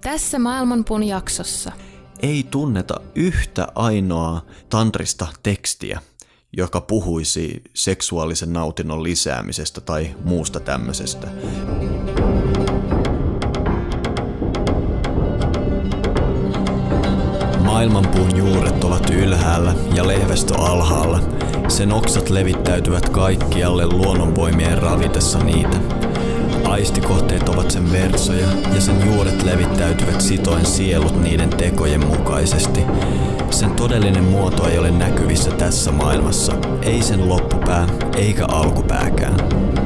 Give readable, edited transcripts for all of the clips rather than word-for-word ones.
Tässä Maailmanpuun jaksossa ei tunneta yhtä ainoaa tantrista tekstiä, joka puhuisi seksuaalisen nautinnon lisäämisestä tai muusta tämmöisestä. Maailmanpuun juuret ovat ylhäällä ja lehvästö alhaalla. Sen oksat levittäytyvät kaikkialle luonnonvoimien ravitessa niitä. Aistikohteet ovat sen versoja ja sen juuret levittäytyvät sitoen sielut niiden tekojen mukaisesti. Sen todellinen muoto ei ole näkyvissä tässä maailmassa, ei sen loppupää eikä alkupääkään.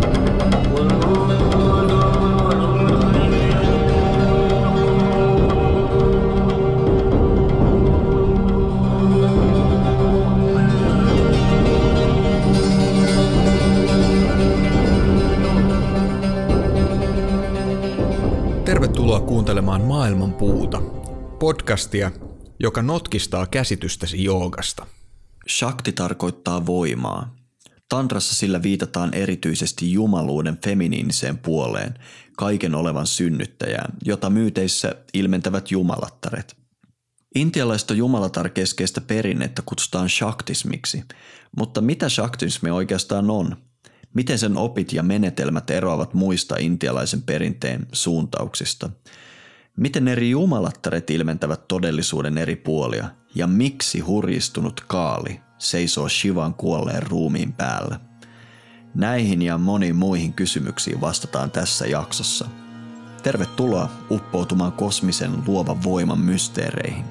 Tervetuloa kuuntelemaan Maailmanpuuta, podcastia, joka notkistaa käsitystäsi joogasta. Shakti tarkoittaa voimaa. Tantrassa sillä viitataan erityisesti jumaluuden feminiiniseen puoleen, kaiken olevan synnyttäjään, jota myyteissä ilmentävät jumalattaret. Intialaista jumalatar-keskeistä perinnettä kutsutaan shaktismiksi, mutta mitä shaktismi oikeastaan on? Miten sen opit ja menetelmät eroavat muista intialaisen perinteen suuntauksista? Miten eri jumalattaret ilmentävät todellisuuden eri puolia? Ja miksi hurjistunut Kaali seisoo Shivan kuolleen ruumiin päällä? Näihin ja moniin muihin kysymyksiin vastataan tässä jaksossa. Tervetuloa uppoutumaan kosmisen luovan voiman mysteereihin.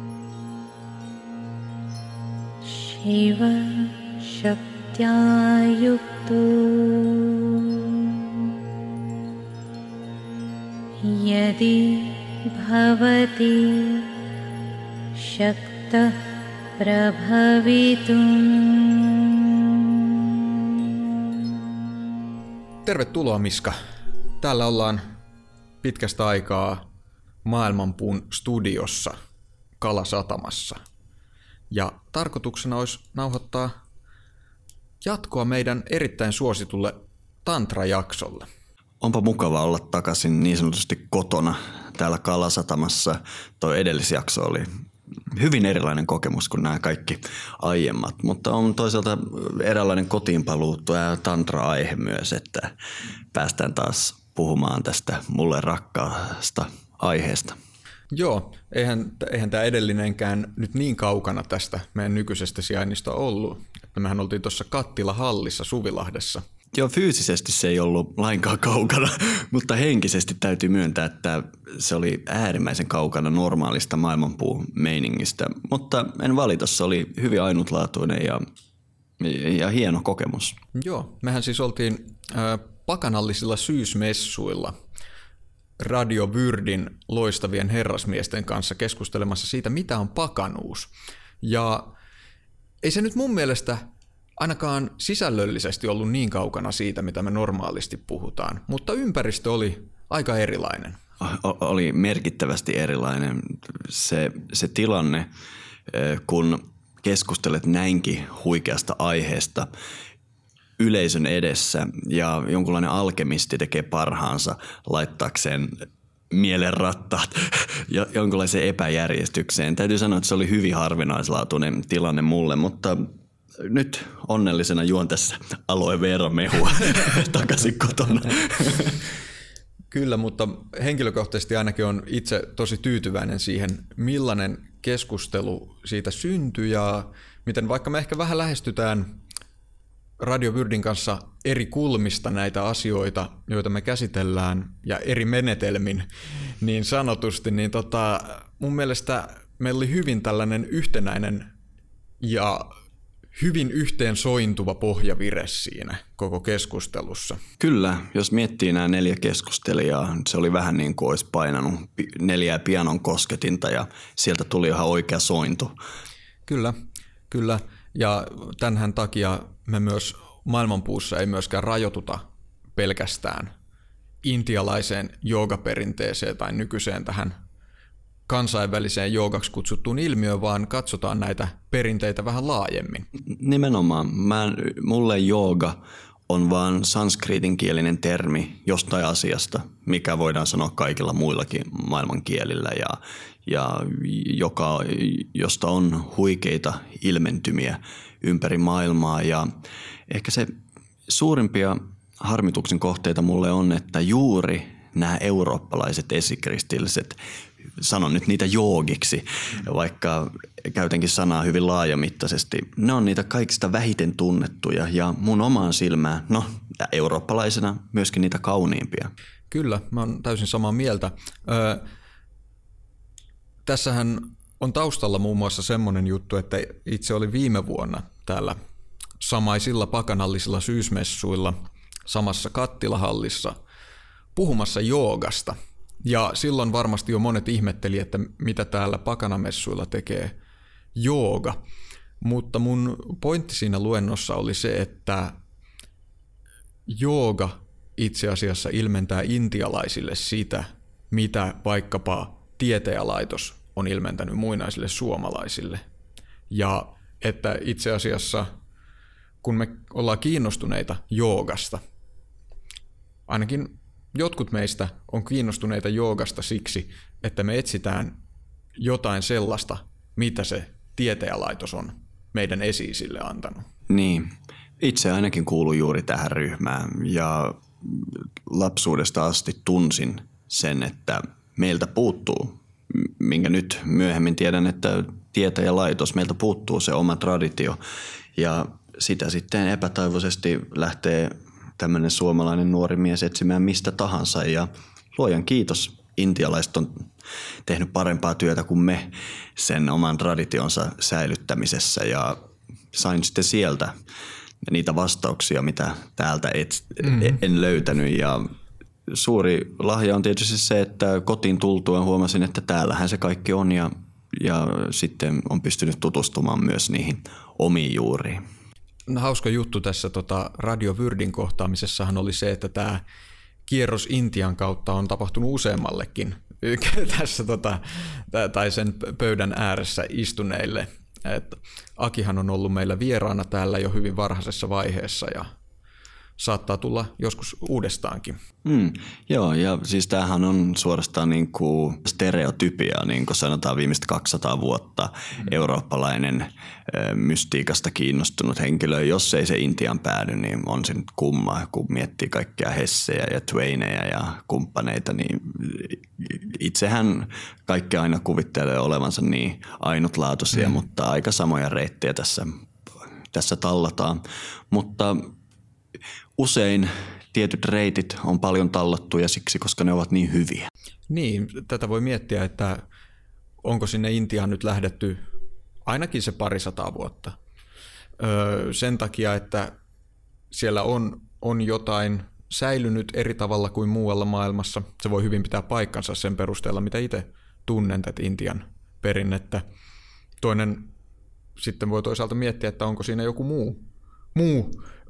Shiva Shaktayukto Yadi Bhavati Shaktah Prabhavitum. Tervetuloa Miska. Täällä ollaan pitkästä aikaa Maailmanpuun studiossa Kalasatamassa. Ja tarkoituksena olisi nauhoittaa jatkoa meidän erittäin suositulle Tantra-jaksolle. Onpa mukava olla takaisin niin sanotusti kotona täällä Kalasatamassa. Toi edellisjakso oli hyvin erilainen kokemus kuin nämä kaikki aiemmat, mutta on toisaalta eräänlainen kotiinpaluu ja tantra-aihe myös, että päästään taas puhumaan tästä mulle rakkaasta aiheesta. Joo, eihän tämä edellinenkään nyt niin kaukana tästä meidän nykyisestä sijainnista ollut. Että mehän oltiin tuossa Kattila-hallissa Suvilahdessa. Joo, fyysisesti se ei ollut lainkaan kaukana, mutta henkisesti täytyy myöntää, että se oli äärimmäisen kaukana normaalista maailmanpuu-meiningistä. Mutta en valita, se oli hyvin ainutlaatuinen ja hieno kokemus. Joo, mehän siis oltiin pakanallisilla syysmessuilla Radio Vyrdin loistavien herrasmiesten kanssa keskustelemassa siitä, mitä on pakanuus. Ja ei se nyt mun mielestä ainakaan sisällöllisesti ollut niin kaukana siitä, mitä me normaalisti puhutaan, mutta ympäristö oli aika erilainen. Oli merkittävästi erilainen se tilanne, kun keskustelet näinkin huikeasta aiheesta yleisön edessä ja jonkunlainen alkemisti tekee parhaansa laittaakseen mielen rattaat ja jonkunlaiseen epäjärjestykseen. Täytyy sanoa, että se oli hyvin harvinaislaatuinen tilanne mulle, mutta nyt onnellisena juon tässä aloe vera mehua takaisin kotona. Kyllä, mutta henkilökohtaisesti ainakin on itse tosi tyytyväinen siihen, millainen keskustelu siitä syntyi ja miten vaikka me ehkä vähän lähestytään Radio Vyrdin kanssa eri kulmista näitä asioita, joita me käsitellään ja eri menetelmin niin sanotusti, niin mun mielestä meillä oli hyvin tällainen yhtenäinen ja hyvin yhteen sointuva pohjavire siinä koko keskustelussa. Kyllä, jos miettii nämä 4 keskustelijaa, se oli vähän niin kuin olisi painanut 4 pianon kosketinta ja sieltä tuli ihan oikea sointu. Kyllä. Ja tämänhän takia me myös Maailmanpuussa ei myöskään rajoituta pelkästään intialaiseen joogaperinteeseen tai nykyiseen tähän kansainväliseen joogaksi kutsuttuun ilmiöön, vaan katsotaan näitä perinteitä vähän laajemmin. Nimenomaan. Mulle jooga on vaan sanskritinkielinen termi jostain asiasta, mikä voidaan sanoa kaikilla muillakin maailmankielillä ja josta on huikeita ilmentymiä ympäri maailmaa. Ja ehkä se suurimpia harmituksen kohteita mulle on, että juuri nämä eurooppalaiset esikristilliset, sanon nyt niitä joogiksi, vaikka käytänkin sanaa hyvin laajamittaisesti, ne on niitä kaikista vähiten tunnettuja ja mun omaan silmään, eurooppalaisena myöskin niitä kauniimpia. Kyllä, mä oon täysin samaa mieltä. Tässähän on taustalla muun muassa semmoinen juttu, että itse oli viime vuonna täällä samaisilla pakanallisilla syysmessuilla samassa kattilahallissa puhumassa joogasta. Ja silloin varmasti jo monet ihmetteli, että mitä täällä pakanamessuilla tekee jooga. Mutta mun pointti siinä luennossa oli se, että jooga itse asiassa ilmentää intialaisille sitä, mitä vaikkapa tieteenlaitos on ilmentänyt muinaisille suomalaisille. Ja että itse asiassa, kun me ollaan kiinnostuneita joogasta, ainakin jotkut meistä on kiinnostuneita joogasta siksi, että me etsitään jotain sellaista, mitä se tieteenlaitos on meidän esi-isille antanut. Niin, itse ainakin kuulun juuri tähän ryhmään ja lapsuudesta asti tunsin sen, että meiltä puuttuu, minkä nyt myöhemmin tiedän, että tieteenlaitos, meiltä puuttuu se oma traditio ja sitä sitten epätoivoisesti lähtee tämmöinen suomalainen nuori mies etsimään mistä tahansa ja luojan kiitos, intialaiset on tehnyt parempaa työtä kuin me sen oman traditionsa säilyttämisessä ja sain sitten sieltä niitä vastauksia, mitä täältä en löytänyt ja suuri lahja on tietysti se, että kotiin tultua huomasin, että täällähän se kaikki on ja sitten on pystynyt tutustumaan myös niihin omiin juuriin. Hauska juttu tässä Radio Vyrdin kohtaamisessahan oli se, että tämä kierros Intian kautta on tapahtunut useammallekin tässä tai sen pöydän ääressä istuneille. Et Akihan on ollut meillä vieraana täällä jo hyvin varhaisessa vaiheessa ja saattaa tulla joskus uudestaankin. Joo, ja siis tämähän on suorastaan niin kuin stereotypia, niin kuin sanotaan viimeistä 200 vuotta eurooppalainen mystiikasta kiinnostunut henkilö. Jos ei se Intian päädy, niin on se nyt kumma, kun miettii kaikkia Hessejä ja Twaineja ja kumppaneita, niin itsehän kaikki aina kuvittelee olevansa niin ainutlaatuisia, mutta aika samoja reittejä tässä tallataan, mutta usein tietyt reitit on paljon tallattuja siksi, koska ne ovat niin hyviä. Niin, tätä voi miettiä, että onko sinne Intiaan nyt lähdetty ainakin se 200 vuotta. Sen takia, että siellä on jotain säilynyt eri tavalla kuin muualla maailmassa. Se voi hyvin pitää paikkansa sen perusteella, mitä itse tunnen tätä Intian perinnettä. Toinen sitten voi toisaalta miettiä, että onko siinä joku muu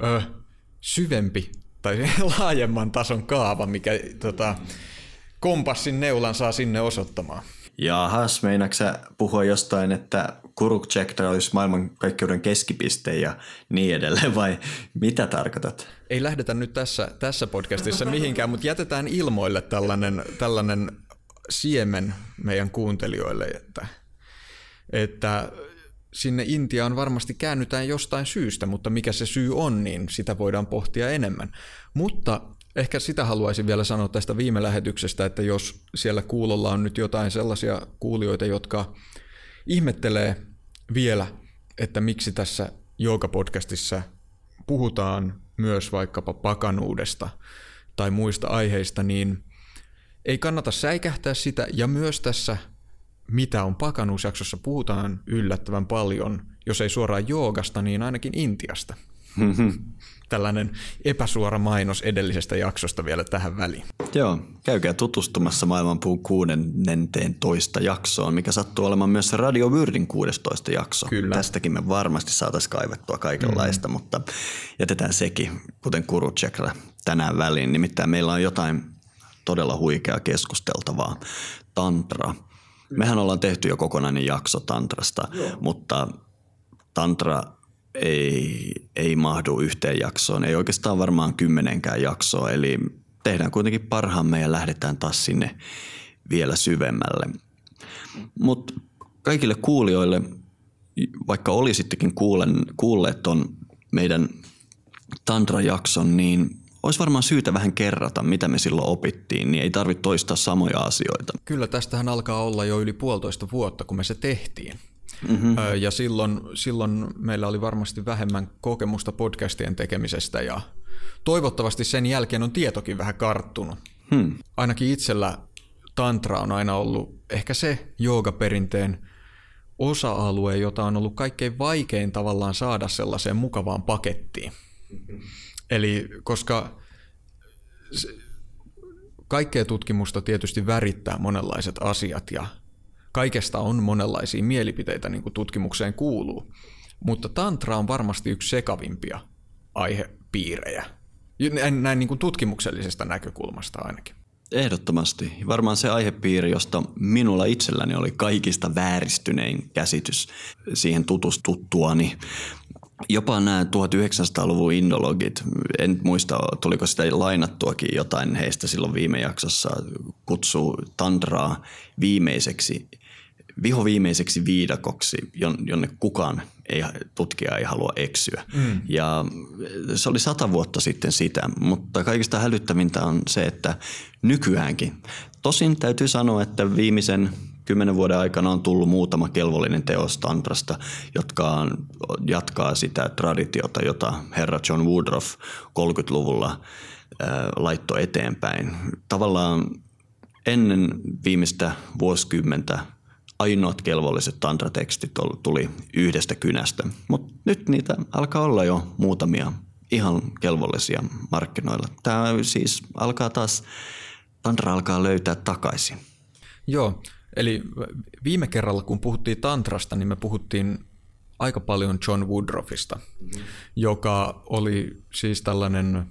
syvempi tai laajemman tason kaava, mikä kompassin neulan saa sinne osoittamaan. Jahas, meinaatko sä puhua jostain, että Kurukshetra olisi maailmankaikkeuden keskipiste ja niin edelleen, vai mitä tarkoitat? Ei lähdetä nyt tässä podcastissa mihinkään, mutta jätetään ilmoille tällainen siemen meidän kuuntelijoille, että sinne Intiaan varmasti käännytään jostain syystä, mutta mikä se syy on, niin sitä voidaan pohtia enemmän. Mutta ehkä sitä haluaisin vielä sanoa tästä viime lähetyksestä, että jos siellä kuulolla on nyt jotain sellaisia kuulijoita, jotka ihmettelee vielä, että miksi tässä Jooga-podcastissa puhutaan myös vaikkapa pakanuudesta tai muista aiheista, niin ei kannata säikähtää sitä, ja myös tässä Mitä on pakanuusjaksossa puhutaan yllättävän paljon, jos ei suoraan joogasta, niin ainakin Intiasta. Tällainen epäsuora mainos edellisestä jaksosta vielä tähän väliin. Joo, käykää tutustumassa Maailmanpuun 16. jaksoon, mikä sattuu olemaan myös Radio Vyrdin 16. jakso. Kyllä. Tästäkin me varmasti saataisiin kaivettua kaikenlaista, mutta jätetään sekin, kuten Kurukshetra, tänään väliin. Nimittäin meillä on jotain todella huikeaa keskusteltavaa. Tantra. Mehän ollaan tehty jo kokonainen jakso tantrasta, mutta tantra ei mahdu yhteen jaksoon, ei oikeastaan varmaan 10 jaksoa, eli tehdään kuitenkin parhaamme ja lähdetään taas sinne vielä syvemmälle. Mutta kaikille kuulijoille, vaikka olisittekin kuulleet ton meidän Tantra-jakson, niin olisi varmaan syytä vähän kerrata, mitä me silloin opittiin, niin ei tarvitse toistaa samoja asioita. Kyllä, tästähän alkaa olla jo yli 1,5 vuotta, kun me se tehtiin. Ja silloin meillä oli varmasti vähemmän kokemusta podcastien tekemisestä ja toivottavasti sen jälkeen on tietokin vähän karttunut. Ainakin itsellä tantra on aina ollut ehkä se joogaperinteen osa-alue, jota on ollut kaikkein vaikein tavallaan saada sellaiseen mukavaan pakettiin. Eli koska kaikkea tutkimusta tietysti värittää monenlaiset asiat ja kaikesta on monenlaisia mielipiteitä, niin kuin tutkimukseen kuuluu, mutta tantra on varmasti yksi sekavimpia aihepiirejä, näin niin kuin tutkimuksellisesta näkökulmasta ainakin. Ehdottomasti. Varmaan se aihepiiri, josta minulla itselläni oli kaikista vääristynein käsitys siihen tutustuttuani. Jopa nämä 1900-luvun indologit, en muista tuliko sitä lainattuakin jotain heistä silloin viime jaksossa, kutsuu tantraa vihoviimeiseksi viidakoksi, jonne kukaan tutkija ei halua eksyä. Ja se oli 100 vuotta sitten sitä, mutta kaikista hälyttävintä on se, että nykyäänkin. Tosin täytyy sanoa, että viimeisen 10 vuoden aikana on tullut muutama kelvollinen teos tantrasta, jotka jatkaa sitä traditiota, jota herra John Woodruff 30-luvulla laittoi eteenpäin. Tavallaan ennen viimeistä vuosikymmentä ainoat kelvolliset tantratekstit tuli yhdestä kynästä, mutta nyt niitä alkaa olla jo muutamia ihan kelvollisia markkinoilla. Tämä siis tantra alkaa löytää takaisin. Joo, eli viime kerralla kun puhuttiin tantrasta, niin me puhuttiin aika paljon John Woodruffista, joka oli siis tällainen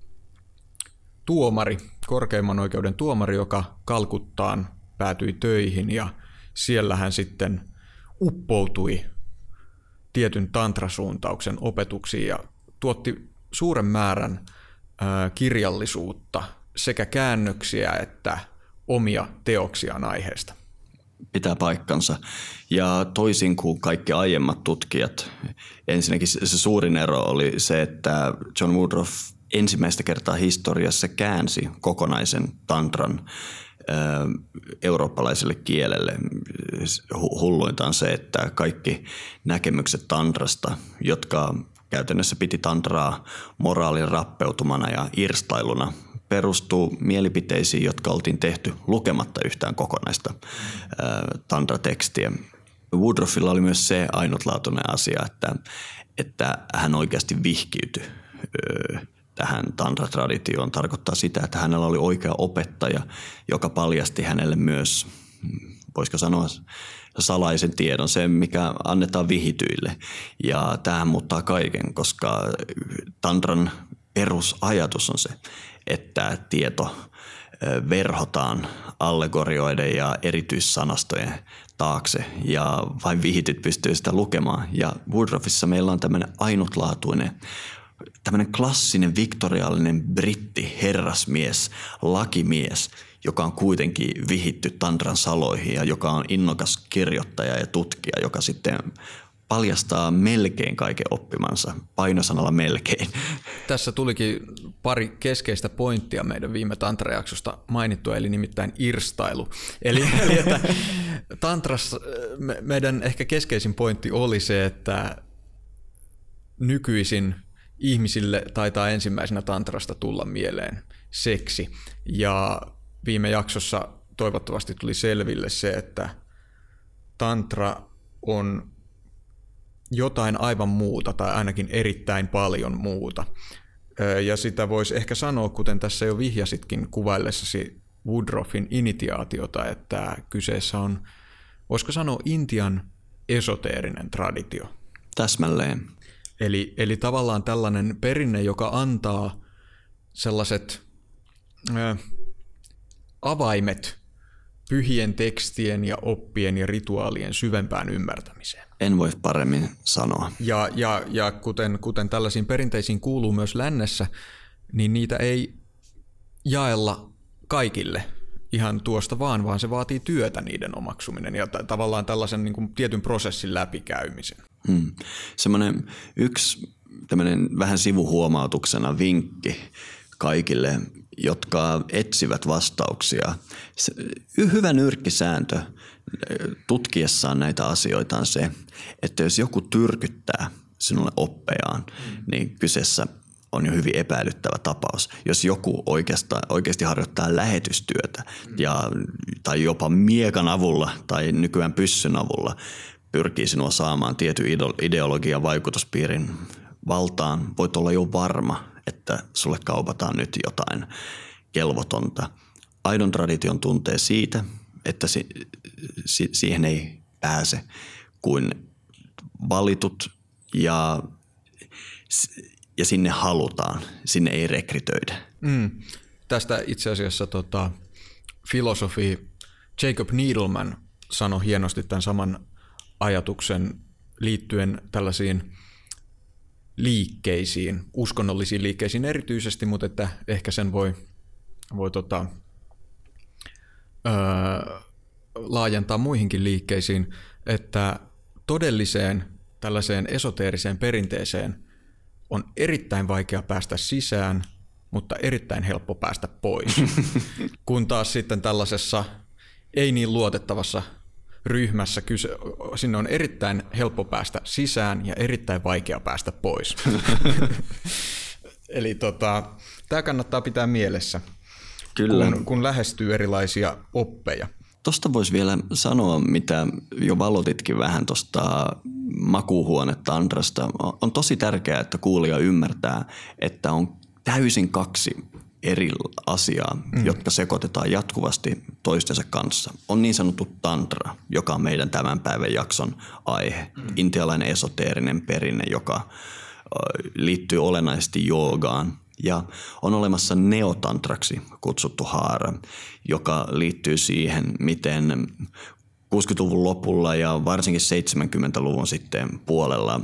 tuomari, korkeimman oikeuden tuomari, joka Kalkuttaan päätyi töihin ja siellä hän sitten uppoutui tietyn tantrasuuntauksen opetuksiin ja tuotti suuren määrän kirjallisuutta, sekä käännöksiä että omia teoksiaan aiheesta. Pitää paikkansa. Ja toisin kuin kaikki aiemmat tutkijat, ensinnäkin se suurin ero oli se, että John Woodruff ensimmäistä kertaa historiassa käänsi kokonaisen tantran eurooppalaiselle kielelle. Hulluinta on se, että kaikki näkemykset tantrasta, jotka käytännössä piti tantraa moraalin rappeutumana ja irstailuna, perustuu mielipiteisiin, jotka oltiin tehty lukematta yhtään kokonaista tantratekstiä. Woodruffilla oli myös se ainutlaatuinen asia, että hän oikeasti vihkiytyi tähän tantra-traditioon. Tarkoittaa sitä, että hänellä oli oikea opettaja, joka paljasti hänelle myös, voisiko sanoa, salaisen tiedon, se mikä annetaan vihityille. Ja tämähän muuttaa kaiken, koska tantran perusajatus on se, että tieto verhotaan allegorioiden ja erityissanastojen taakse ja vain vihityt pystyy sitä lukemaan. Ja Woodruffissa meillä on tämmöinen ainutlaatuinen, tämmöinen klassinen viktoriaalinen britti herrasmies, lakimies, joka on kuitenkin vihitty tantran saloihin ja joka on innokas kirjoittaja ja tutkija, joka sitten paljastaa melkein kaiken oppimansa, painosanalla melkein. Tässä tulikin pari keskeistä pointtia meidän viime tantrajaksosta mainittua, eli nimittäin irstailu. Eli että tantrassa meidän ehkä keskeisin pointti oli se, että nykyisin ihmisille taitaa ensimmäisenä tantrasta tulla mieleen seksi. Ja viime jaksossa toivottavasti tuli selville se, että tantra on jotain aivan muuta tai ainakin erittäin paljon muuta. Ja sitä voisi ehkä sanoa, kuten tässä jo vihjasitkin kuvaillessasi Woodruffin initiaatiota, että kyseessä on, voisiko sanoa, Intian esoteerinen traditio. Täsmälleen. Eli tavallaan tällainen perinne, joka antaa sellaiset avaimet pyhien tekstien ja oppien ja rituaalien syvempään ymmärtämiseen. En voi paremmin sanoa. Ja kuten tällaisiin perinteisiin kuuluu myös lännessä, niin niitä ei jaella kaikille ihan tuosta vaan se vaatii työtä niiden omaksuminen ja tavallaan tällaisen niin kuin tietyn prosessin läpikäymisen. Semmoinen yksi tämmöinen vähän sivuhuomautuksena vinkki kaikille, jotka etsivät vastauksia. Hyvä nyrkkisääntö tutkiessaan näitä asioita on se, että jos joku tyrkyttää sinulle oppejaan, niin kyseessä on jo hyvin epäilyttävä tapaus. Jos joku oikeasti harjoittaa lähetystyötä tai jopa miekan avulla tai nykyään pyssyn avulla pyrkii sinua saamaan tietyn ideologian vaikutuspiirin valtaan, voit olla jo varma, että sulle kaupataan nyt jotain kelvotonta. Aidon tradition tuntee siitä, että siihen ei pääse kuin valitut ja sinne halutaan, sinne ei rekrytöidä. Tästä itse asiassa filosofi Jacob Needleman sanoi hienosti tämän saman ajatuksen liittyen tällaisiin liikkeisiin, uskonnollisiin liikkeisiin erityisesti, mutta että ehkä sen voi laajentaa muihinkin liikkeisiin, että todelliseen tällaiseen esoteeriseen perinteeseen on erittäin vaikea päästä sisään, mutta erittäin helppo päästä pois. Kun taas sitten tällaisessa ei niin luotettavassa ryhmässä sinne on erittäin helppo päästä sisään ja erittäin vaikea päästä pois. Eli tämä kannattaa pitää mielessä, Kyllä. Kun lähestyy erilaisia oppeja. Tuosta voisi vielä sanoa, mitä jo valotitkin vähän tuosta makuuhuone-tantrasta. On tosi tärkeää, että kuulija ymmärtää, että on täysin kaksi eri asiaa, jotka sekoitetaan jatkuvasti toistensa kanssa. On niin sanottu tantra, joka on meidän tämän päivän jakson aihe. Intialainen esoteerinen perinne, joka liittyy olennaisesti joogaan. Ja on olemassa neotantraksi kutsuttu haara, joka liittyy siihen, miten 60-luvun lopulla ja varsinkin 70-luvun sitten puolella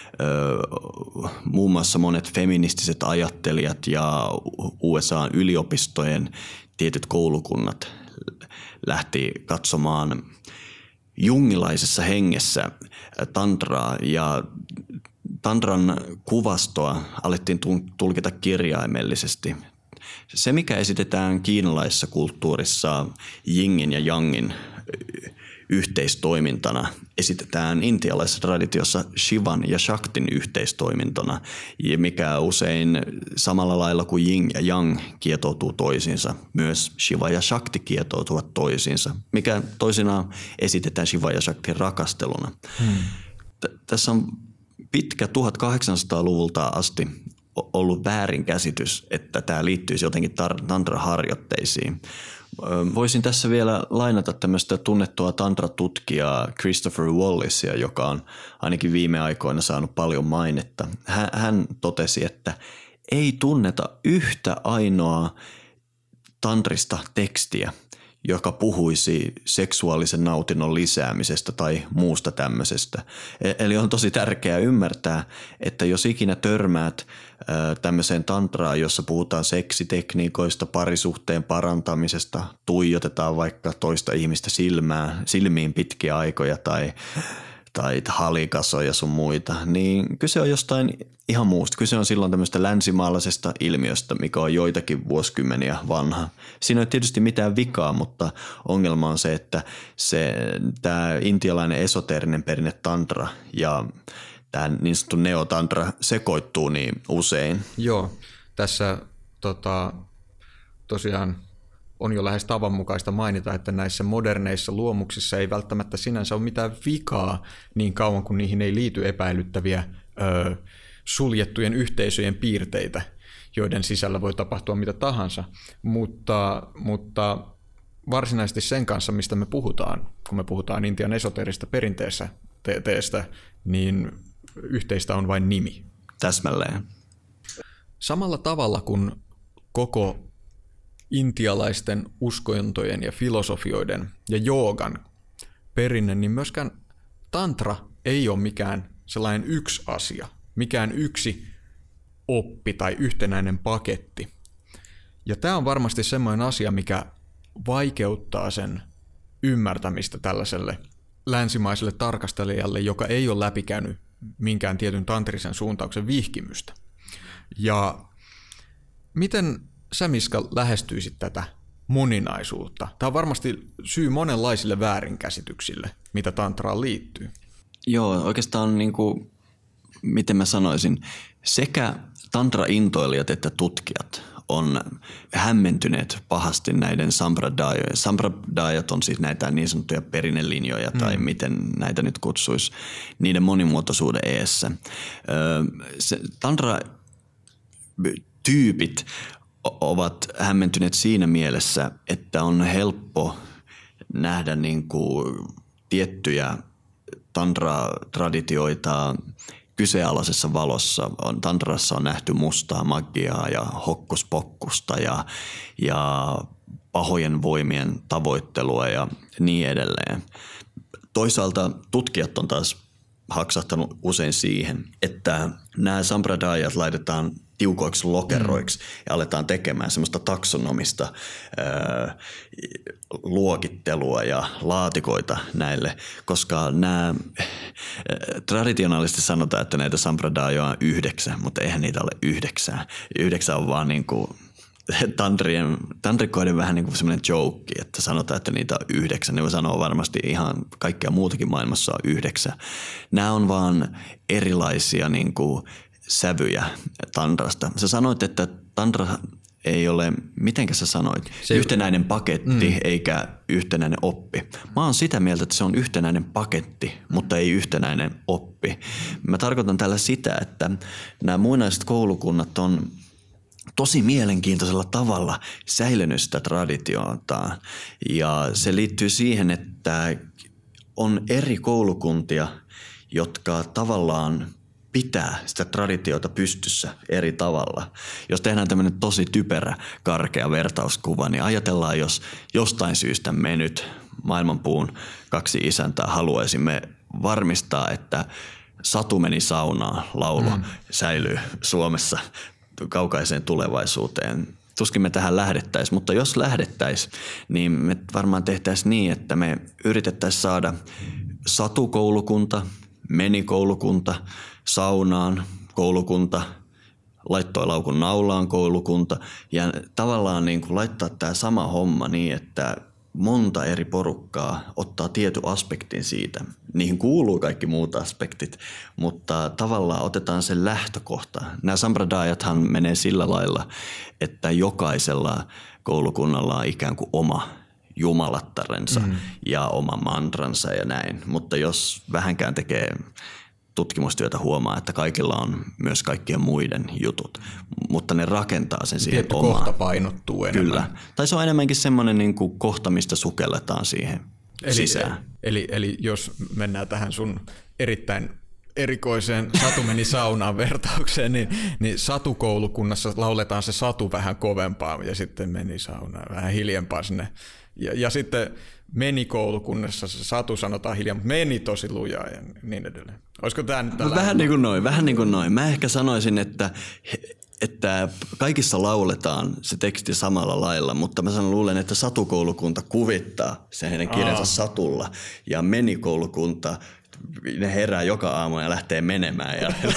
muun muassa monet feministiset ajattelijat ja USA-yliopistojen tietyt koulukunnat lähti katsomaan jungilaisessa hengessä tantraa ja tantran kuvastoa alettiin tulkita kirjaimellisesti. Se, mikä esitetään kiinalaisessa kulttuurissa jingin ja jangin yhteistoimintana, esitetään intialaisessa traditiossa Shivan ja Shaktin yhteistoimintona, mikä usein samalla lailla kuin Yin ja Yang kietoutuu toisiinsa, myös Shiva ja Shakti kietoutuvat toisiinsa, mikä toisinaan esitetään Shiva ja Shaktin rakasteluna. Tässä on pitkä 1800-luvulta asti ollut väärinkäsitys, että tämä liittyisi jotenkin tantra-harjoitteisiin. Voisin tässä vielä lainata tämmöistä tunnettua tantra-tutkijaa Christopher Wallacea, joka on ainakin viime aikoina saanut paljon mainetta. Hän totesi, että ei tunneta yhtä ainoaa tantrista tekstiä, joka puhuisi seksuaalisen nautinnon lisäämisestä tai muusta tämmöisestä. Eli on tosi tärkeää ymmärtää, että jos ikinä törmäät tämmöiseen tantraan, jossa puhutaan seksitekniikoista, parisuhteen parantamisesta, tuijotetaan vaikka toista ihmistä silmiin pitkiä aikoja tai halikasoja sun muita, niin kyse on jostain ihan muusta. Kyse on silloin tämmöistä länsimaalaisesta ilmiöstä, mikä on joitakin vuosikymmeniä vanha. Siinä ei ole tietysti mitään vikaa, mutta ongelma on se, että tämä intialainen esoteerinen perinne tantra ja tämä niin sanottu neotantra sekoittuu niin usein. Joo, tässä tosiaan on jo lähes tavanmukaista mainita, että näissä moderneissa luomuksissa ei välttämättä sinänsä ole mitään vikaa niin kauan, kun niihin ei liity epäilyttäviä suljettujen yhteisöjen piirteitä, joiden sisällä voi tapahtua mitä tahansa. Mutta varsinaisesti sen kanssa, mistä me puhutaan, kun me puhutaan Intian esoteerista perinteestä, niin yhteistä on vain nimi. Täsmälleen. Samalla tavalla kuin koko intialaisten uskontojen ja filosofioiden ja joogan perinne, niin myöskään tantra ei ole mikään sellainen yksi asia, mikään yksi oppi tai yhtenäinen paketti. Ja tämä on varmasti semmoinen asia, mikä vaikeuttaa sen ymmärtämistä tällaiselle länsimaiselle tarkastelijalle, joka ei ole läpikäynyt minkään tietyn tantrisen suuntauksen vihkimystä. Ja miten sä, Miska, lähestyisit tätä moninaisuutta? Tämä on varmasti syy monenlaisille väärinkäsityksille, mitä tantraan liittyy. Joo, oikeastaan niin kuin, miten mä sanoisin, sekä tantra-intoilijat että tutkijat on hämmentyneet pahasti näiden sampradayojen. Sampradayat on siis näitä niin sanottuja perinnelinjoja tai miten näitä nyt kutsuisi niiden monimuotoisuuden eessä. Tantra-tyypit ovat hämmentyneet siinä mielessä, että on helppo nähdä niin kuin tiettyjä tantra-traditioita kyseenalaisessa valossa. Tantrassa on nähty mustaa magiaa ja hokkuspokkusta ja pahojen voimien tavoittelua ja niin edelleen. Toisaalta tutkijat on taas haksahtanut usein siihen, että nämä sampradayat laitetaan tiukoiksi lokeroiksi ja aletaan tekemään semmoista taksonomista luokittelua ja laatikoita näille, koska nämä traditionaalisesti sanotaan, että näitä sampradayoja on 9, mutta eihän niitä ole 9. 9 on vaan niin kuin tantrikoiden vähän niin kuin semmoinen joke, että sanotaan, että niitä on 9. Ne voi sanoa varmasti ihan kaikkea muutakin maailmassa on 9. Nämä on vaan erilaisia niin kuin sävyjä tantrasta. Sä sanoit, että tantra ei ole, mitenkä sä sanoit, yhtenäinen paketti eikä yhtenäinen oppi. Mä oon sitä mieltä, että se on yhtenäinen paketti, mutta ei yhtenäinen oppi. Mä tarkoitan tällä sitä, että nämä muinaiset koulukunnat on tosi mielenkiintoisella tavalla säilynyt sitä traditiotaan. Ja se liittyy siihen, että on eri koulukuntia, jotka tavallaan pitää sitä traditiota pystyssä eri tavalla. Jos tehdään tämmöinen tosi typerä, karkea vertauskuva, niin ajatellaan, jos jostain syystä me nyt maailmanpuun 2 isäntää haluaisimme varmistaa, että Satu meni saunaan laulu säilyy Suomessa kaukaiseen tulevaisuuteen. Tuskin me tähän lähdettäisiin, mutta jos lähdettäisiin, niin me varmaan tehtäisiin niin, että me yritettäisiin saada Satu-koulukunta, Meni-koulukunta, saunaan koulukunta, laittoi laukun naulaan koulukunta ja tavallaan niin kuin laittaa tämä sama homma niin, että monta eri porukkaa ottaa tietyn aspektin siitä. Niihin kuuluu kaikki muut aspektit, mutta tavallaan otetaan sen lähtökohta. Nämä sampradayathan menee sillä lailla, että jokaisella koulukunnalla on ikään kuin oma jumalattarensa ja oma mantransa ja näin. Mutta jos vähänkään tekee tutkimustyötä, huomaa, että kaikilla on myös kaikkien muiden jutut, mutta ne rakentaa sen siihen tietty omaan. kohta painottuu enemmän. Kyllä. Tai se on enemmänkin semmoinen niin kuin kohta, mistä sukelletaan siihen sisään. Eli jos mennään tähän sun erittäin erikoiseen Satu meni saunaan vertaukseen, niin Satu-koulukunnassa lauletaan se Satu vähän kovempaa ja sitten meni saunaan vähän hiljempaa sinne. Ja sitten Meni-koulukunnassa se Satu sanotaan hiljaa, mutta meni tosi lujaa ja niin edelleen. Olisiko tämä nyt tällä? Vähän niin kuin noin. Mä ehkä sanoisin, että kaikissa lauletaan se teksti samalla lailla, mutta mä luulen, että Satu-koulukunta kuvittaa sen heidän kirjansa Satulla ja Meni-koulukunta, ne herää joka aamu ja lähtee menemään.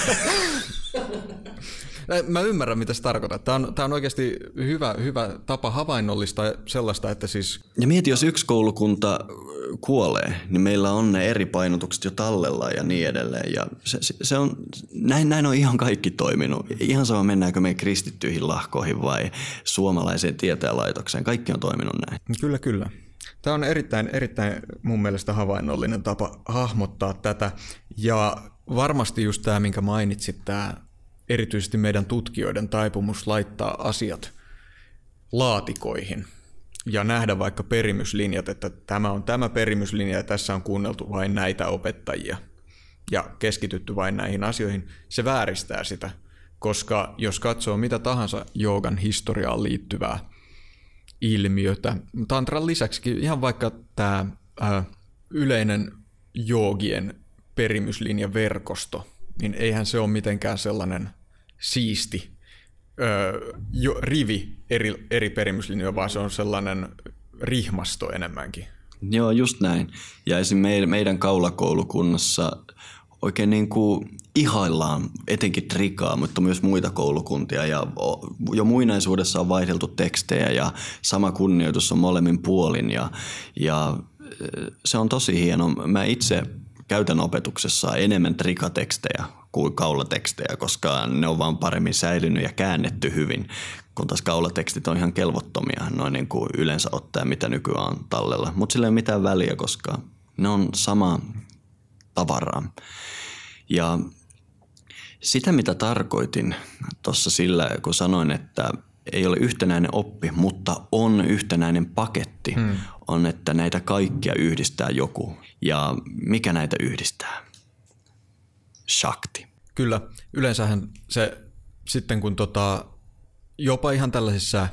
Mä ymmärrän, mitä se tarkoittaa. Tämä on oikeasti hyvä tapa havainnollista sellaista, että siis... Ja mieti, jos yksi koulukunta kuolee, niin meillä on ne eri painotukset jo tallella ja niin edelleen. Ja se on, näin on ihan kaikki toiminut. Ihan sama, mennäänkö me kristittyihin lahkoihin vai suomalaiseen tieteenlaitokseen. Kaikki on toiminut näin. Kyllä. Tämä on erittäin mun mielestä havainnollinen tapa hahmottaa tätä. Ja varmasti just tämä, minkä mainitsit, tämä erityisesti meidän tutkijoiden taipumus laittaa asiat laatikoihin ja nähdä vaikka perimyslinjat, että tämä on tämä perimyslinja ja tässä on kuunneltu vain näitä opettajia ja keskitytty vain näihin asioihin. Se vääristää sitä, koska jos katsoo mitä tahansa joogan historiaan liittyvää ilmiötä. Tantran lisäksikin ihan vaikka tämä yleinen joogien perimyslinjaverkosto, niin eihän se ole mitenkään sellainen siisti rivi eri perimyslinjoja, vaan se on sellainen rihmasto enemmänkin. Joo, just näin. Ja esimerkiksi meidän kaulakoulukunnassa oikein niin kuin ihaillaan etenkin trikaa, mutta myös muita koulukuntia. Ja jo muinaisuudessa on vaihdeltu tekstejä ja sama kunnioitus on molemmin puolin. Ja se on tosi hieno. Mä itse käytän opetuksessa enemmän trikatekstejä kuin kaulatekstejä, koska ne on vaan paremmin säilynyt ja käännetty hyvin, kun taas kaulatekstit on ihan kelvottomia noin niin kuin yleensä ottaen, mitä nykyään on tallella. Mutta sillä ei ole mitään väliä, koska ne on sama tavaraa. Ja sitä, mitä tarkoitin tuossa sillä, kun sanoin, että ei ole yhtenäinen oppi, mutta on yhtenäinen paketti, on, että näitä kaikkia yhdistää joku. Ja mikä näitä yhdistää? Shakti. Kyllä, yleensähän se sitten kun jopa ihan tällaisissa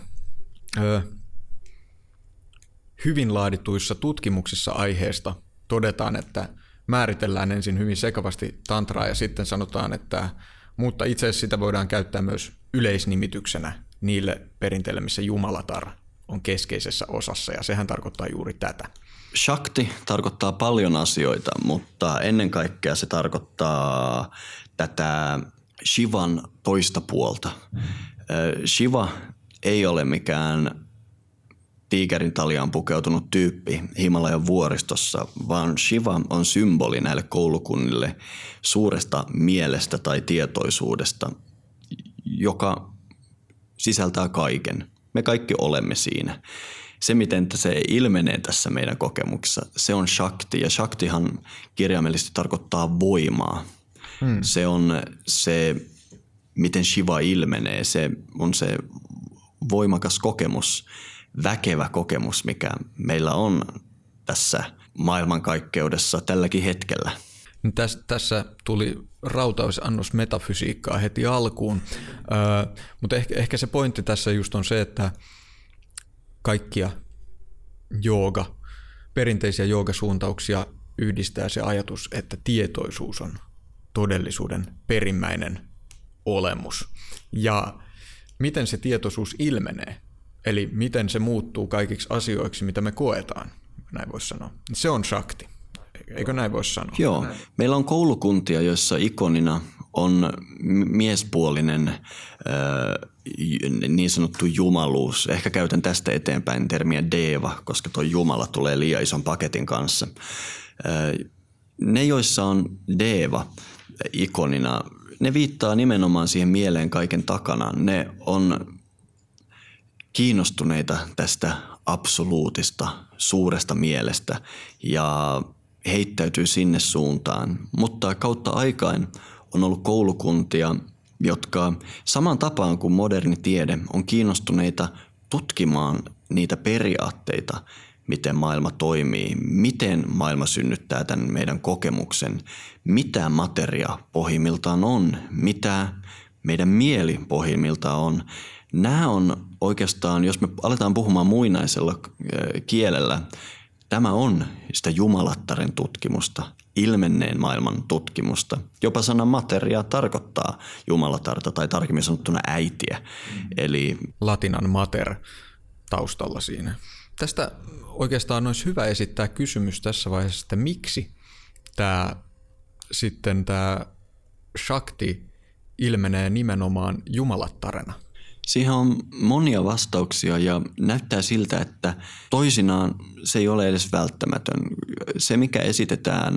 hyvin laadituissa tutkimuksissa aiheesta todetaan, että määritellään ensin hyvin sekavasti tantraa ja sitten sanotaan, että mutta itse asiassa sitä voidaan käyttää myös yleisnimityksenä niille perinteille, missä Jumalatar on keskeisessä osassa, ja sehän tarkoittaa juuri tätä. Shakti tarkoittaa paljon asioita, mutta ennen kaikkea se tarkoittaa tätä Shivan toista puolta. Shiva ei ole mikään tiikerin taljaan pukeutunut tyyppi Himalajan vuoristossa, vaan Shiva on symboli näille koulukunnille suuresta mielestä tai tietoisuudesta, joka sisältää kaiken. Me kaikki olemme siinä. Se, miten se ilmenee tässä meidän kokemuksessa, se on Shakti. Ja Shaktihan kirjaimellisesti tarkoittaa voimaa. Se on se, miten Shiva ilmenee. Se on se voimakas kokemus, väkevä kokemus, mikä meillä on tässä maailmankaikkeudessa tälläkin hetkellä. Tässä tuli rautaisannos metafysiikkaa heti alkuun, mutta ehkä se pointti tässä just on se, että kaikkia perinteisiä joogasuuntauksia yhdistää se ajatus, että tietoisuus on todellisuuden perimmäinen olemus. Ja miten se tietoisuus ilmenee, eli miten se muuttuu kaikiksi asioiksi, mitä me koetaan, näin voisi sanoa. Se on Shakti. Eikö näin voisi sanoa? Joo. Meillä on koulukuntia, joissa ikonina on miespuolinen niin sanottu jumaluus. Ehkä käytän tästä eteenpäin termiä deva, koska tuo jumala tulee liian ison paketin kanssa. Ne, joissa on deva ikonina, ne viittaa nimenomaan siihen mieleen kaiken takana. Ne on kiinnostuneita tästä absoluutista, suuresta mielestä ja heittäytyy sinne suuntaan. Mutta kautta aikain on ollut koulukuntia, jotka saman tapaan kuin moderni tiede on kiinnostuneita tutkimaan niitä periaatteita, miten maailma toimii, miten maailma synnyttää tämän meidän kokemuksen, mitä materia pohjimmiltaan on, mitä meidän mieli pohjimmiltaan on. Nämä on oikeastaan, jos me aletaan puhumaan muinaisella kielellä, tämä on sitä jumalattaren tutkimusta, ilmenneen maailman tutkimusta. Jopa sana materia tarkoittaa jumalatarta tai tarkemmin sanottuna äitiä. Eli latinan mater taustalla siinä. Tästä oikeastaan olisi hyvä esittää kysymys tässä vaiheessa, että miksi tämä Shakti ilmenee nimenomaan jumalattarena? Siihen on monia vastauksia ja näyttää siltä, että toisinaan se ei ole edes välttämätön. Se, mikä esitetään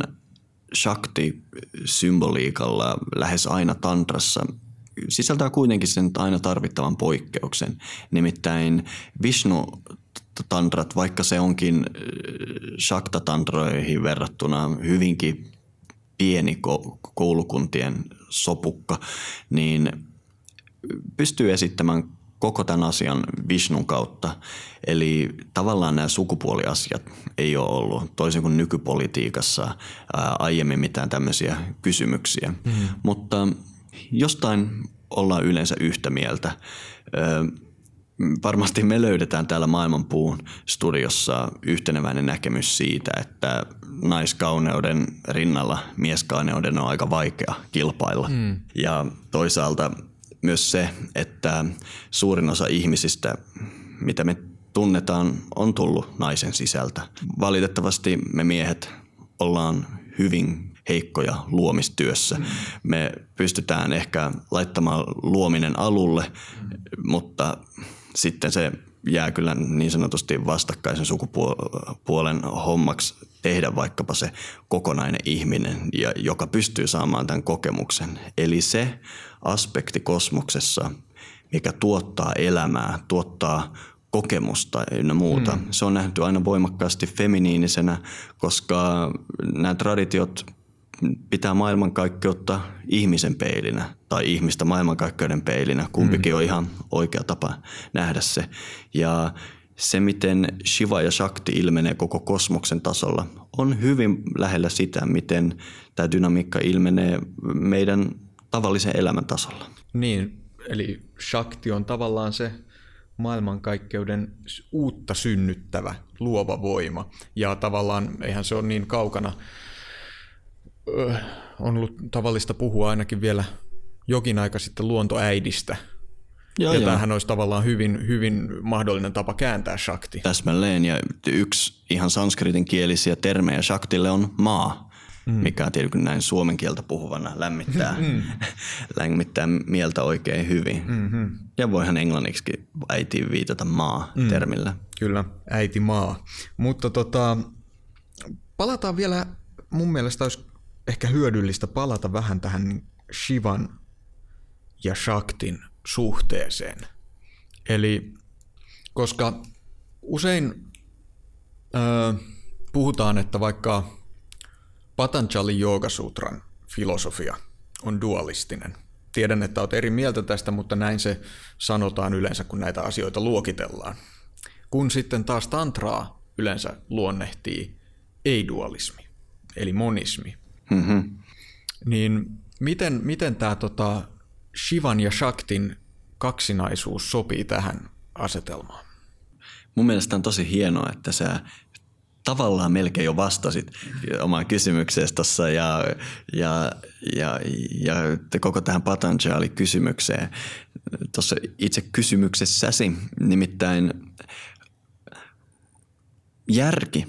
Shakti-symboliikalla lähes aina tantrassa, sisältää kuitenkin sen aina tarvittavan poikkeuksen. Nimittäin Vishnu-tantrat, vaikka se onkin Shakta-tantroihin verrattuna hyvinkin pieni koulukuntien sopukka, niin pystyy esittämään koko tämän asian Vishnun kautta. Eli tavallaan nämä sukupuoliasiat ei ole ollut, toisin kuin nykypolitiikassa aiemmin mitään tämmöisiä kysymyksiä. Mutta jostain ollaan yleensä yhtä mieltä. varmasti me löydetään täällä Maailmanpuun studiossa yhteneväinen näkemys siitä, että naiskauneuden rinnalla mieskauneuden on aika vaikea kilpailla. Ja toisaalta myös se, että suurin osa ihmisistä, mitä me tunnetaan, on tullut naisen sisältä. Valitettavasti me miehet ollaan hyvin heikkoja luomistyössä. Me pystytään ehkä laittamaan luominen alulle, mutta sitten se jää kyllä niin sanotusti vastakkaisen sukupuolen hommaksi tehdä vaikkapa se kokonainen ihminen, joka pystyy saamaan tämän kokemuksen. Eli se aspekti kosmoksessa, mikä tuottaa elämää, tuottaa kokemusta ynnä muuta. Se on nähty aina voimakkaasti feminiinisenä, koska nämä traditiot pitää maailmankaikkeutta ihmisen peilinä tai ihmistä maailmankaikkeuden peilinä. Kumpikin on ihan oikea tapa nähdä se. Ja se, miten Shiva ja Shakti ilmenee koko kosmoksen tasolla, on hyvin lähellä sitä, miten tämä dynamiikka ilmenee meidän tavallisen elämän tasolla. Niin, eli Shakti on tavallaan se maailmankaikkeuden uutta synnyttävä, luova voima. Ja tavallaan eihän se ole niin kaukana. On ollut tavallista puhua ainakin vielä jokin aika sitten luontoäidistä. Ja tämähän olisi tavallaan hyvin mahdollinen tapa kääntää Shakti. Täsmälleen, ja yksi ihan sanskritin kielisiä termejä Shaktille on maa, mikä on tietenkin näin suomen kieltä puhuvana lämmittää mieltä oikein hyvin. Ja voihan englanniksi äitiin viitata maa-termillä. Kyllä, äiti maa. Mutta palataan vielä, mun mielestä olisi ehkä hyödyllistä palata vähän tähän Shivan ja Shaktin suhteeseen. Eli koska usein puhutaan, että vaikka Patanjali Joogasutran filosofia on dualistinen. Tiedän, että olet eri mieltä tästä, mutta näin se sanotaan yleensä, kun näitä asioita luokitellaan. Kun sitten taas tantraa yleensä luonnehtii ei-dualismi, eli monismi. Niin miten tämä Shivan ja Shaktin kaksinaisuus sopii tähän asetelmaan? Mun mielestä on tosi hienoa, että sä tavallaan melkein jo vastasit omaan kysymykseesi tuossa ja koko tähän Patanjali-kysymykseen. Tuossa itse kysymyksessäsi nimittäin järki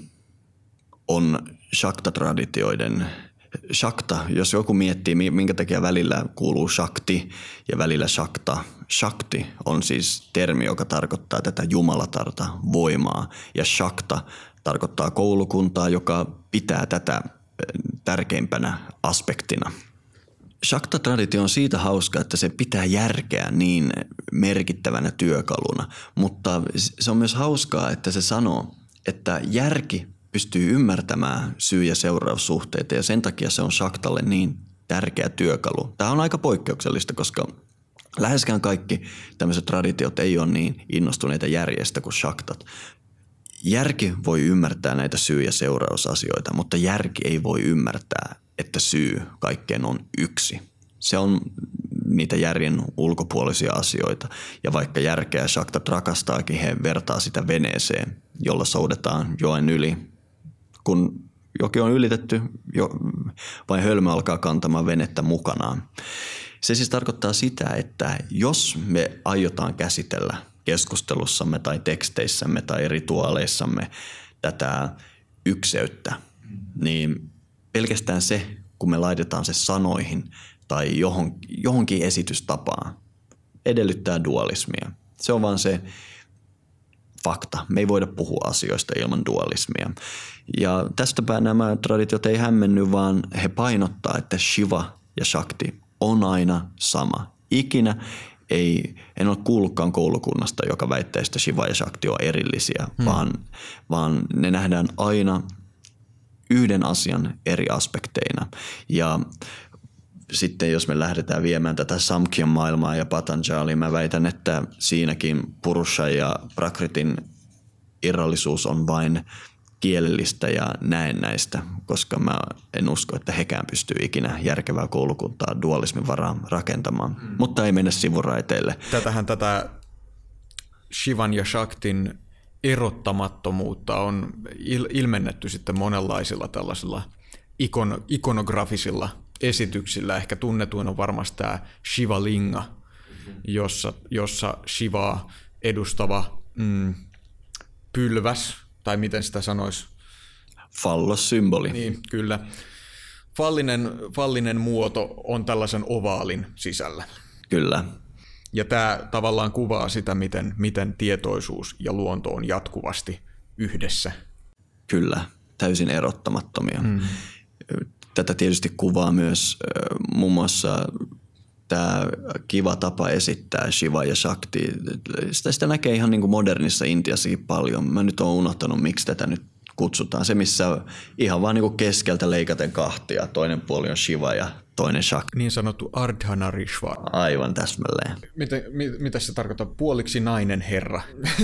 on Shakta-traditioiden Shakta, jos joku miettii, minkä takia välillä kuuluu Shakti ja välillä Shakta. Shakti on siis termi, joka tarkoittaa tätä jumalatarta, voimaa, ja Shakta tarkoittaa koulukuntaa, joka pitää tätä tärkeimpänä aspektina. Shakta-traditio on siitä hauska, että se pitää järkeä niin merkittävänä työkaluna, mutta se on myös hauskaa, että se sanoo, että järki pystyy ymmärtämään syy- ja seuraussuhteita ja sen takia se on Shaktalle niin tärkeä työkalu. Tämä on aika poikkeuksellista, koska läheskään kaikki tämmöiset traditiot ei ole niin innostuneita järjestä kuin Shaktat. Järki voi ymmärtää näitä syy- ja seurausasioita, mutta järki ei voi ymmärtää, että syy kaikkeen on yksi. Se on niitä järjen ulkopuolisia asioita. Ja vaikka järkeä Shaktat rakastaakin, he vertaa sitä veneeseen, jolla soudetaan joen yli. Kun joki on ylitetty, vain hölmö alkaa kantamaan venettä mukanaan. Se siis tarkoittaa sitä, että jos me aiotaan käsitellä keskustelussamme tai teksteissämme tai rituaaleissamme tätä ykseyttä, niin pelkästään se, kun me laitetaan se sanoihin tai johonkin esitystapaan, edellyttää dualismia. Se on vaan se fakta. Me ei voida puhua asioista ilman dualismia. Ja tästäpä nämä traditiot ei hämmenny, vaan he painottaa, että Shiva ja Shakti on aina sama. Ikinä en ole kuullutkaan koulukunnasta, joka väittäisi, että Shiva ja Shakti on erillisiä, vaan ne nähdään aina yhden asian eri aspekteina. Ja sitten jos me lähdetään viemään tätä Samkhyan maailmaa ja Patanjali, mä väitän, että siinäkin Purusha ja Prakritin irrallisuus on vain kielellistä ja näennäistä, koska mä en usko, että hekään pystyy ikinä järkevää koulukuntaa dualismin varaan rakentamaan. Mutta ei mennä sivuraiteille. Tätä Shivan ja Shaktin erottamattomuutta on ilmennetty sitten monenlaisilla tällaisilla ikonografisilla esityksillä. Ehkä tunnetuin on varmasti tämä Shivalinga, jossa Shivaa edustava pylväs, tai miten sitä sanoisi? Fallossymboli. Niin, kyllä. Fallinen muoto on tällaisen ovaalin sisällä. Kyllä. Ja tämä tavallaan kuvaa sitä, miten tietoisuus ja luonto on jatkuvasti yhdessä. Kyllä, täysin erottamattomia. Tätä tietysti kuvaa myös muun muassa tämä kiva tapa esittää Shiva ja Shakti. Sitä näkee ihan niin kuin modernissa Intiassakin paljon. Mä nyt oon unohtanut, miksi tätä nyt kutsutaan. Se, missä ihan vaan niin kuin keskeltä leikaten kahtia. Toinen puoli on Shiva ja toinen Shakti. Niin sanottu Ardhanarishvara. Aivan täsmälleen. Mitä se tarkoittaa? Puoliksi nainen herra.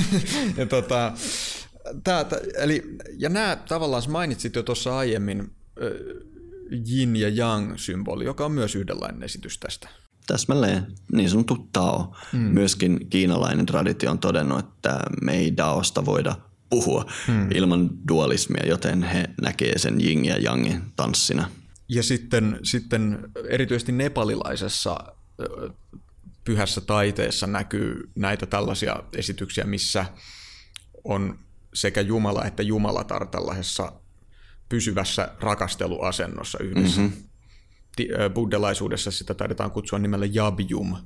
Ja nämä tavallaan mainitsit jo tuossa aiemmin yin ja yang -symboli, joka on myös yhdenlainen esitys tästä. Täsmälleen, niin sanottu Tao. Myöskin kiinalainen traditio on todennut, että me ei Daosta voida puhua ilman dualismia, joten he näkee sen yin ja yangin tanssina. Ja sitten erityisesti nepalilaisessa pyhässä taiteessa näkyy näitä tällaisia esityksiä, missä on sekä Jumala että Jumalatar tällaisessa pysyvässä rakasteluasennossa yhdessä. Buddhalaisuudessa sitä taidetaan kutsua nimellä Yabjum.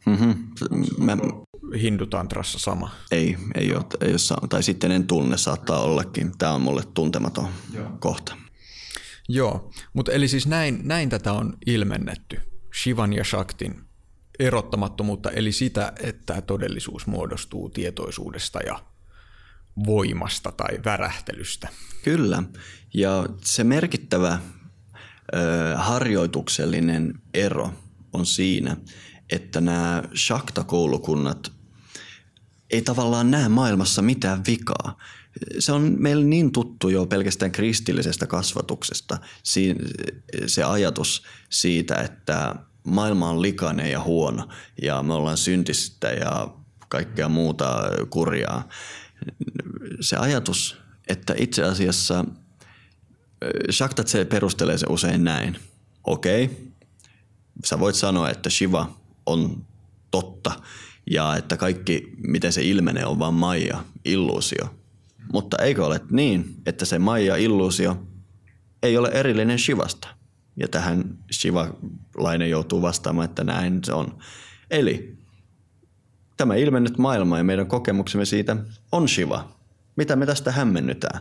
Hindutantrassa sama. Ei ole, tai sitten en tunne, saattaa ollakin. Tämä on mulle tuntematon kohta. Joo, mutta eli siis näin tätä on ilmennetty. Shivan ja Shaktin erottamattomuutta, eli sitä, että todellisuus muodostuu tietoisuudesta ja voimasta tai värähtelystä. Kyllä, ja se merkittävä harjoituksellinen ero on siinä, että nämä Shakta-koulukunnat ei tavallaan näe maailmassa mitään vikaa. Se on meille niin tuttu jo pelkästään kristillisestä kasvatuksesta, se ajatus siitä, että maailma on likainen ja huono ja me ollaan syntistä ja kaikkea muuta kurjaa. Se ajatus, että itse asiassa Shaktat se perustelee se usein näin. Okei, sä voit sanoa, että Shiva on totta ja että kaikki, miten se ilmenee, on vaan maija, illuusio. Mutta eikö ole niin, että se maija, illuusio ei ole erillinen Shivasta? Ja tähän Shiva-lainen joutuu vastaamaan, että näin se on. Eli tämä ilmennyt maailma ja meidän kokemuksemme siitä on Shiva. Mitä me tästä hämmennytään?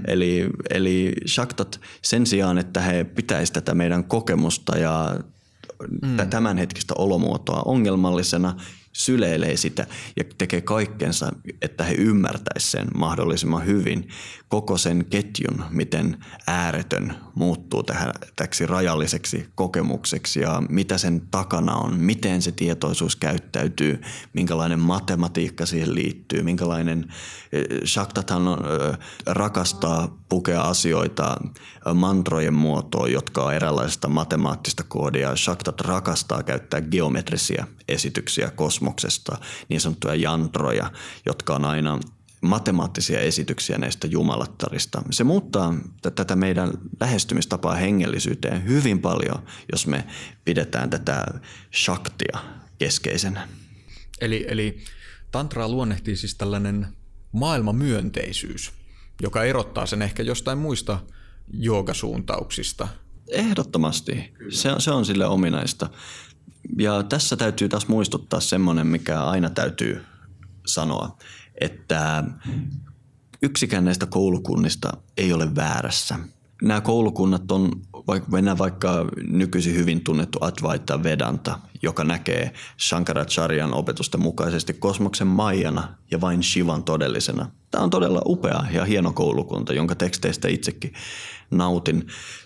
Eli Shaktat sen sijaan, että he pitäisivät tätä meidän kokemusta ja tämänhetkistä olomuotoa ongelmallisena, syleilee sitä ja tekee kaikkensa, että he ymmärtäisivät sen mahdollisimman hyvin. Koko sen ketjun, miten ääretön muuttuu täksi rajalliseksi kokemukseksi ja mitä sen takana on, miten se tietoisuus käyttäytyy, minkälainen matematiikka siihen liittyy, minkälainen Shaktathan rakastaa pukea asioita mantrojen muotoon, jotka on eräänlaista matemaattista koodia. Shaktat rakastaa käyttää geometrisiä esityksiä kosmoksesta, niin sanottuja jantroja, jotka on aina matemaattisia esityksiä näistä jumalattarista. Se muuttaa tätä meidän lähestymistapaa hengellisyyteen hyvin paljon, jos me pidetään tätä shaktia keskeisenä. Eli tantraa luonnehtii siis tällainen maailmamyönteisyys, joka erottaa sen ehkä jostain muista joogasuuntauksista. Ehdottomasti. Se on sille ominaista. Ja tässä täytyy taas muistuttaa semmoinen, mikä aina täytyy sanoa, että yksikään näistä koulukunnista ei ole väärässä. Nämä koulukunnat on, mennään vaikka nykyisin hyvin tunnettu Advaita Vedanta, joka näkee Shankaracharyan opetusten mukaisesti kosmoksen maijana ja vain Shivan todellisena. Tämä on todella upea ja hieno koulukunta, jonka teksteistä itsekin nautin.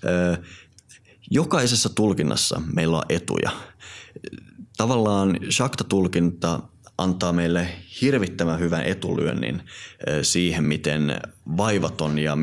Jokaisessa tulkinnassa meillä on etuja. Tavallaan Shakta-tulkinta antaa meille hirvittävän hyvän etulyönnin siihen, miten vaivaton ja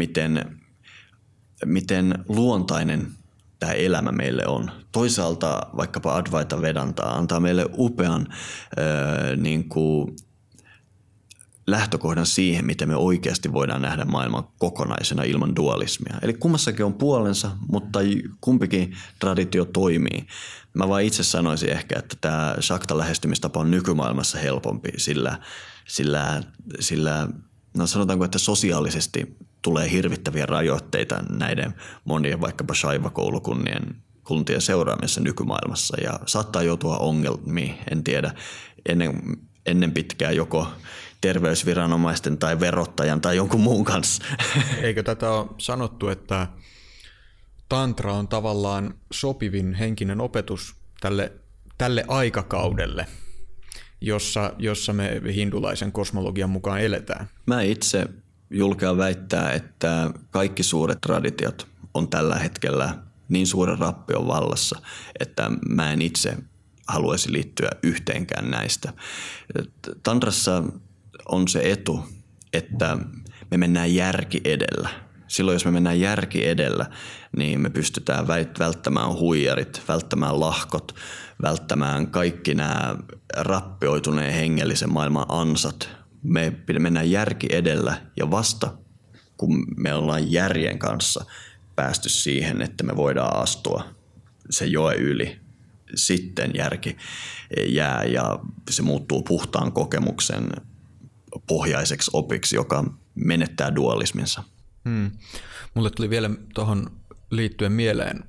miten luontainen tämä elämä meille on. Toisaalta vaikkapa Advaita Vedanta antaa meille upean lähtökohdan siihen, miten me oikeasti voidaan nähdä maailman kokonaisena ilman dualismia. Eli kummassakin on puolensa, mutta kumpikin traditio toimii. Mä vaan itse sanoisin ehkä, että tämä Shakta-lähestymistapa on nykymaailmassa helpompi, sillä no sanotaanko, että sosiaalisesti tulee hirvittäviä rajoitteita näiden monien vaikkapa Shaiva-koulukuntien seuraamisessa nykymaailmassa ja saattaa joutua ongelmiin, en tiedä, ennen pitkää joko terveysviranomaisten tai verottajan tai jonkun muun kanssa. Eikö tätä ole sanottu, että tantra on tavallaan sopivin henkinen opetus tälle aikakaudelle, jossa me hindulaisen kosmologian mukaan eletään? Mä itse julkean väittää, että kaikki suuret traditiot on tällä hetkellä niin suuren rappion vallassa, että mä en itse haluaisi liittyä yhteenkään näistä. Tantrassa on se etu, että me mennään järki edellä. Silloin jos me mennään järki edellä, niin me pystytään välttämään huijarit, välttämään lahkot, välttämään kaikki nämä rappioituneen hengellisen maailman ansat. Me mennään järki edellä ja vasta kun me ollaan järjen kanssa päästy siihen, että me voidaan astua se joe yli, sitten järki jää ja se muuttuu puhtaan kokemuksen pohjaiseksi opiksi, joka menettää dualisminsa. Mulle tuli vielä tuohon liittyen mieleen,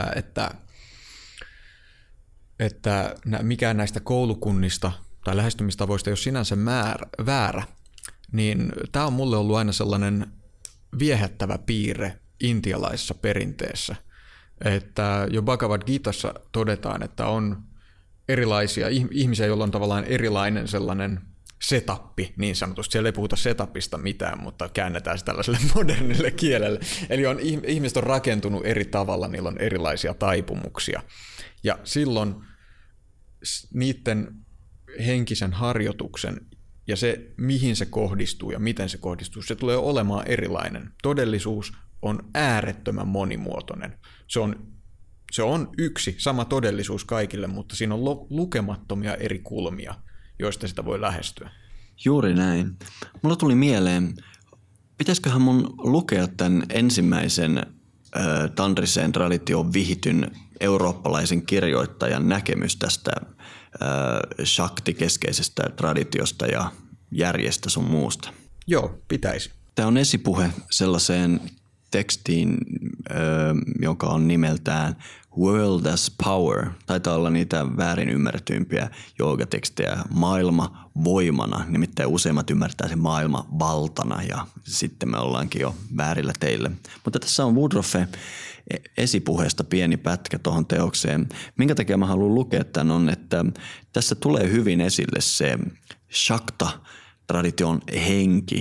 että mikään näistä koulukunnista tai lähestymistavoista ei ole sinänsä väärä, niin tämä on mulle ollut aina sellainen viehättävä piirre intialaisessa perinteessä, että jo Bhagavad Gitassa todetaan, että on erilaisia ihmisiä, joilla on tavallaan erilainen sellainen setappi, niin sanotusti. Siellä ei puhuta setapista mitään, mutta käännetään se tällaiselle modernille kielelle. Eli ihmiset on rakentunut eri tavalla, niillä on erilaisia taipumuksia. Ja silloin niiden henkisen harjoituksen ja se, mihin se kohdistuu ja miten se kohdistuu, se tulee olemaan erilainen. Todellisuus on äärettömän monimuotoinen. Se on yksi sama todellisuus kaikille, mutta siinä on lukemattomia eri kulmia, joista sitä voi lähestyä. Juuri näin. Mulla tuli mieleen, pitäisiköhän mun lukea tämän ensimmäisen tantriseen traditioon vihityn eurooppalaisen kirjoittajan näkemys tästä shakti-keskeisestä traditiosta ja järjestä sun muusta. Joo, pitäisi. Tämä on esipuhe sellaiseen tekstiin, joka on nimeltään World as Power. Taitaa olla niitä väärin ymmärretyimpiä joogatekstejä. Maailma voimana, nimittäin useimmat ymmärtää sen maailma valtana ja sitten me ollaankin jo väärillä teille. Mutta tässä on Woodroffe esipuheesta pieni pätkä tuohon teokseen. Minkä takia mä haluan lukea tämän on, että tässä tulee hyvin esille se Shakta-tradition henki,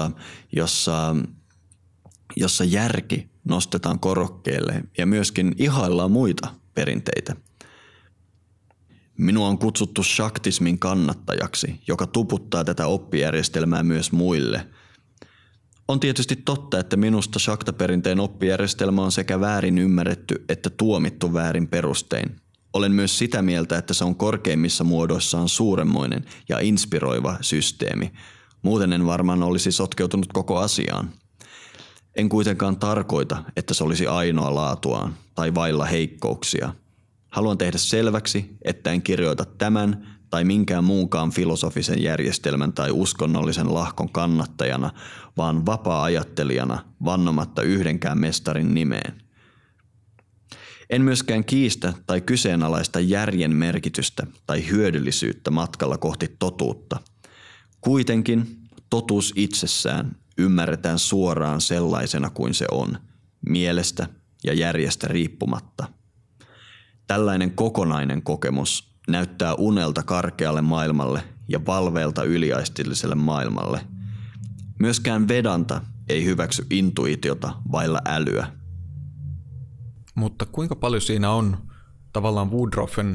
jossa järki nostetaan korokkeelle ja myöskin ihaillaan muita perinteitä. Minua on kutsuttu shaktismin kannattajaksi, joka tuputtaa tätä oppijärjestelmää myös muille. On tietysti totta, että minusta shakta-perinteen oppijärjestelmä on sekä väärin ymmärretty että tuomittu väärin perustein. Olen myös sitä mieltä, että se on korkeimmissa muodoissaan suuremmoinen ja inspiroiva systeemi. Muuten en varmaan olisi sotkeutunut koko asiaan. En kuitenkaan tarkoita, että se olisi ainoa laatuaan tai vailla heikkouksia. Haluan tehdä selväksi, että en kirjoita tämän tai minkään muunkaan filosofisen järjestelmän tai uskonnollisen lahkon kannattajana, vaan vapaa-ajattelijana vannomatta yhdenkään mestarin nimeen. En myöskään kiistä tai kyseenalaista järjen merkitystä tai hyödyllisyyttä matkalla kohti totuutta. Kuitenkin totuus itsessään ymmärretään suoraan sellaisena kuin se on, mielestä ja järjestä riippumatta. Tällainen kokonainen kokemus näyttää unelta karkealle maailmalle ja valveelta yliaistilliselle maailmalle. Myöskään Vedanta ei hyväksy intuitiota vailla älyä. Mutta kuinka paljon siinä on tavallaan Woodroffen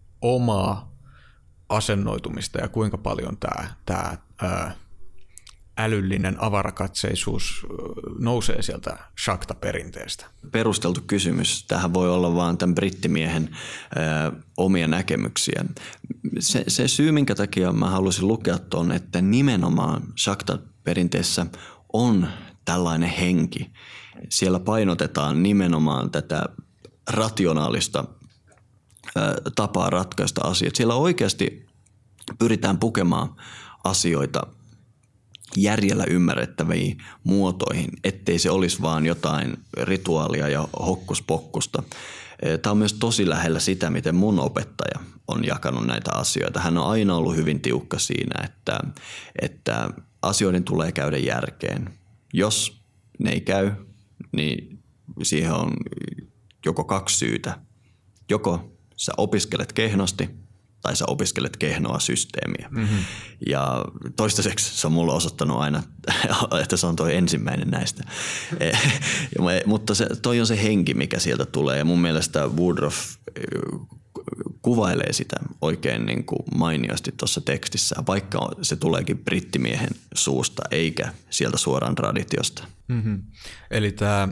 omaa asennoitumista ja kuinka paljon tämä älyllinen avarakatseisuus nousee sieltä Shakta-perinteestä? Perusteltu kysymys. Tähän voi olla vaan tämän brittimiehen omia näkemyksiä. Se syy, minkä takia mä halusin lukea tuon, että nimenomaan Shakta-perinteessä on tällainen henki. Siellä painotetaan nimenomaan tätä rationaalista tapaa ratkaista asiat. Siellä oikeasti pyritään pukemaan asioita järjellä ymmärrettäviin muotoihin, ettei se olisi vaan jotain rituaalia ja hokkuspokkusta. Tämä on myös tosi lähellä sitä, miten mun opettaja on jakanut näitä asioita. Hän on aina ollut hyvin tiukka siinä, että asioiden tulee käydä järkeen. Jos ne ei käy, niin siihen on joko kaksi syytä. Joko sä opiskelet kehnosti tai sä opiskelet kehnoa systeemiä. Mm-hmm. Ja toistaiseksi se on mulle osoittanut aina, että se on toi ensimmäinen näistä. Mutta toi on se henki, mikä sieltä tulee. Ja mun mielestä Woodruff kuvailee sitä oikein niin kuin mainiosti tuossa tekstissä, vaikka se tuleekin brittimiehen suusta eikä sieltä suoraan traditiosta. Mm-hmm. Eli tämä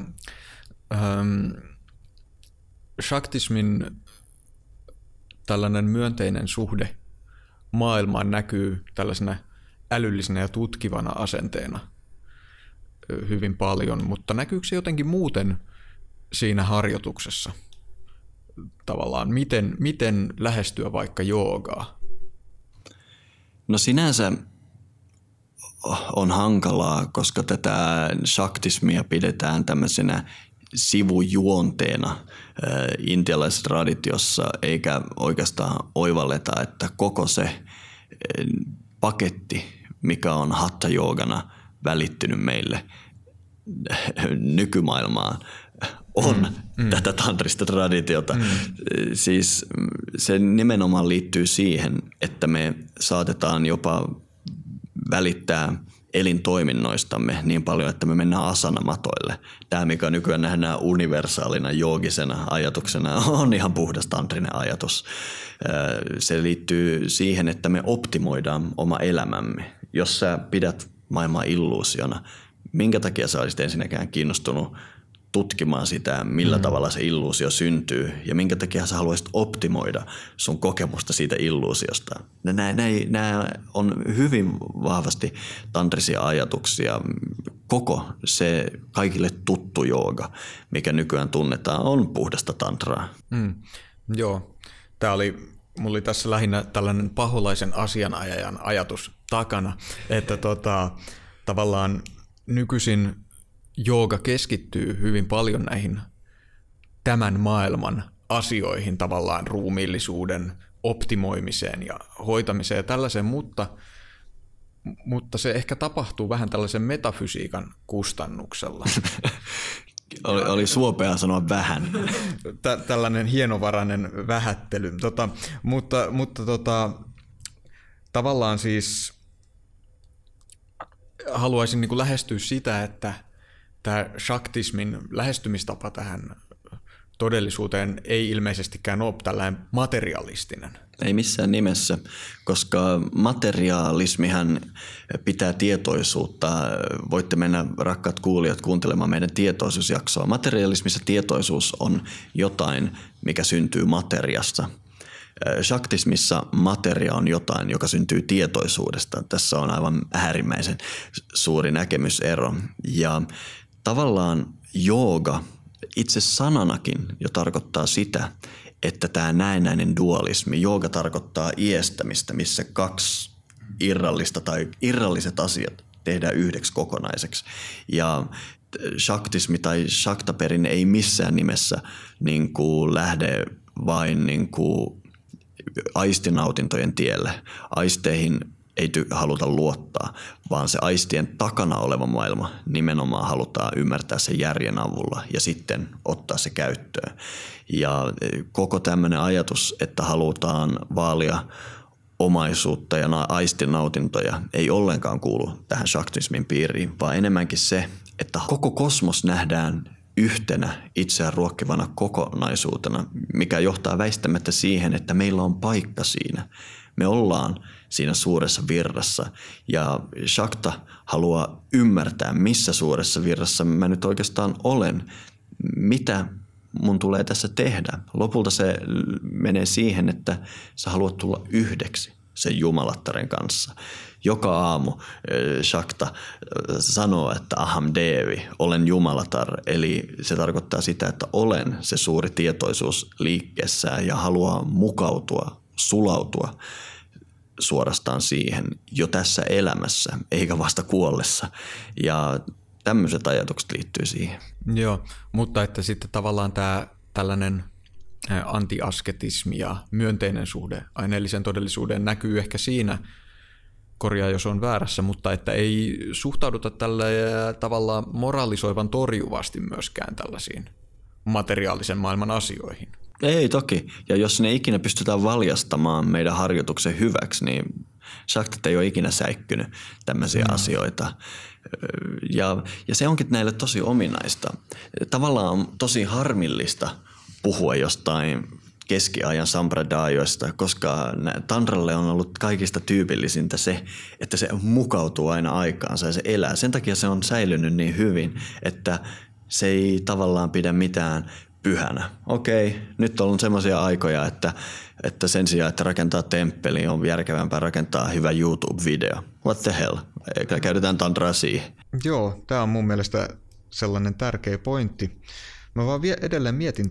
shaktismin tällainen myönteinen suhde maailmaan näkyy tällaisena älyllisenä ja tutkivana asenteena hyvin paljon, mutta näkyykö se jotenkin muuten siinä harjoituksessa? Tavallaan, miten lähestyä vaikka joogaa? No sinänsä on hankalaa, koska tätä shaktismia pidetään tämmöisenä sivujuonteena intialaisessa traditiossa, eikä oikeastaan oivalleta, että koko se paketti, mikä on hatha-joogana välittynyt meille nykymaailmaan, on tätä tantrista traditiota. Siis se nimenomaan liittyy siihen, että me saatetaan jopa välittää elintoiminnoistamme niin paljon, että me mennään asanamatoille. Tämä, mikä nykyään nähdään universaalina joogisena ajatuksena, on ihan puhdas tantrinen ajatus. Se liittyy siihen, että me optimoidaan oma elämämme. Jos sä pidät maailmaa illuusiona, minkä takia sä olisit ensinnäkään kiinnostunut tutkimaan sitä, millä tavalla se illuusio syntyy ja minkä takia sä haluaisit optimoida sun kokemusta siitä illuusiosta. Nämä on hyvin vahvasti tantrisia ajatuksia. Koko se kaikille tuttu jooga, mikä nykyään tunnetaan, on puhdasta tantraa. Joo, mulla oli tässä lähinnä tällainen paholaisen asianajajan ajatus takana, että tavallaan nykyisin jooga keskittyy hyvin paljon näihin tämän maailman asioihin, tavallaan ruumiillisuuden optimoimiseen ja hoitamiseen ja tällaiseen, mutta se ehkä tapahtuu vähän tällaisen metafysiikan kustannuksella. Oli suopea sanoa vähän. Tällainen hienovarainen vähättely, mutta tavallaan siis haluaisin niin kuin lähestyä sitä, että tämä shaktismin lähestymistapa tähän todellisuuteen ei ilmeisestikään ole tällainen materialistinen. Ei missään nimessä, koska materialismihan pitää tietoisuutta. Voitte mennä, rakkaat kuulijat, kuuntelemaan meidän tietoisuusjaksoa. Materialismissa tietoisuus on jotain, mikä syntyy materiasta. Shaktismissa materia on jotain, joka syntyy tietoisuudesta. Tässä on aivan äärimmäisen suuri näkemysero. Ja tavallaan jooga itse sananakin jo tarkoittaa sitä, että tämä näennäinen dualismi, jooga tarkoittaa iestämistä, missä kaksi irrallista tai irralliset asiat tehdään yhdeksi kokonaiseksi. Ja shaktismi tai shaktaperinne ei missään nimessä niin kuin lähde vain niin kuin aistinautintojen tielle. Aisteihin ei haluta luottaa, vaan se aistien takana oleva maailma nimenomaan halutaan ymmärtää sen järjen avulla ja sitten ottaa se käyttöön. Ja koko tämmöinen ajatus, että halutaan vaalia omaisuutta ja aistinautintoja, ei ollenkaan kuulu tähän shaktismin piiriin, vaan enemmänkin se, että koko kosmos nähdään yhtenä itseään ruokkivana kokonaisuutena, mikä johtaa väistämättä siihen, että meillä on paikka siinä. Me ollaan siinä suuressa virrassa ja Shakta haluaa ymmärtää, missä suuressa virrassa mä nyt oikeastaan olen. Mitä mun tulee tässä tehdä? Lopulta se menee siihen, että sä haluat tulla yhdeksi sen jumalattaren kanssa. Joka aamu Shakta sanoo, että aham devi, olen jumalatar. Eli se tarkoittaa sitä, että olen se suuri tietoisuus liikkeessään ja haluaa mukautua, sulautua suorastaan siihen jo tässä elämässä, eikä vasta kuollessa. Ja tämmöiset ajatukset liittyy siihen. Joo, mutta että sitten tavallaan tämä tällainen antiasketismi ja myönteinen suhde aineelliseen todellisuuteen näkyy ehkä siinä, korjaa jos on väärässä, mutta että ei suhtauduta tällä tavalla moralisoivan torjuvasti myöskään tällaisiin materiaalisen maailman asioihin. Ei toki, ja jos ne ikinä pystytään valjastamaan meidän harjoituksen hyväksi, niin Shaktat ei ole ikinä säikkynyt tämmöisiä asioita. Ja se onkin näille tosi ominaista. Tavallaan on tosi harmillista puhua jostain keskiajan sampradajoista, koska tantralle on ollut kaikista tyypillisintä se, että se mukautuu aina aikaansa ja se elää. Sen takia se on säilynyt niin hyvin, että se ei tavallaan pidä mitään pyhänä. Okei, nyt on semmoisia aikoja, että sen sijaan, että rakentaa temppeli, on järkevämpää rakentaa hyvä YouTube-video. What the hell? Käytetään tantraa siihen. Joo, tämä on mun mielestä sellainen tärkeä pointti. Mä vaan edelleen mietin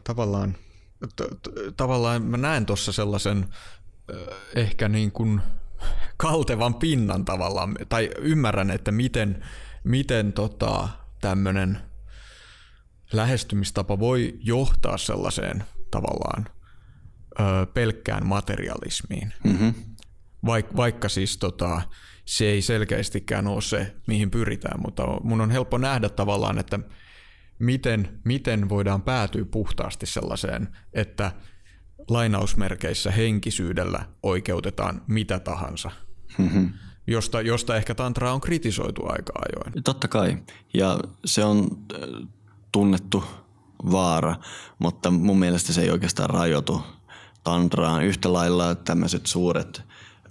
tavallaan mä näen tuossa sellaisen ehkä niin kuin kaltevan pinnan tavallaan, tai ymmärrän, että miten tämmöinen lähestymistapa voi johtaa sellaiseen tavallaan pelkkään materialismiin. Mm-hmm. Vaikka siis se ei selkeästikään ole se, mihin pyritään, mutta mun on helppo nähdä tavallaan, että miten voidaan päätyä puhtaasti sellaiseen, että lainausmerkeissä henkisyydellä oikeutetaan mitä tahansa, josta ehkä tantraa on kritisoitu aika ajoin. Totta kai, ja se on tunnettu vaara, mutta mun mielestä se ei oikeastaan rajoitu tantraan. Yhtä lailla tämmöiset suuret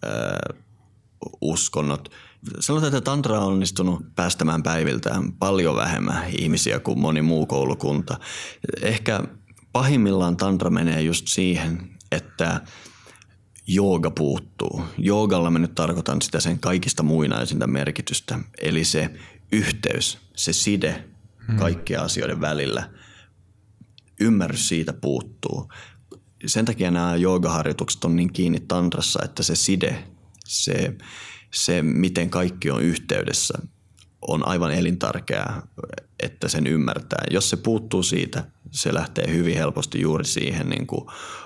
uskonnot. Sanotaan, että tantra on onnistunut päästämään päiviltään paljon vähemmän ihmisiä kuin moni muu koulukunta. Ehkä pahimmillaan tantra menee just siihen, että jooga puuttuu. Joogalla mä nyt tarkoitan sitä sen kaikista muinaisinta merkitystä, eli se yhteys, se side kaikkien asioiden välillä. Ymmärrys siitä puuttuu. Sen takia nämä joogaharjoitukset on niin kiinni tantrassa, että se side, se miten kaikki on yhteydessä, on aivan elintärkeää, että sen ymmärtää. Jos se puuttuu siitä, se lähtee hyvin helposti juuri siihen niin kuin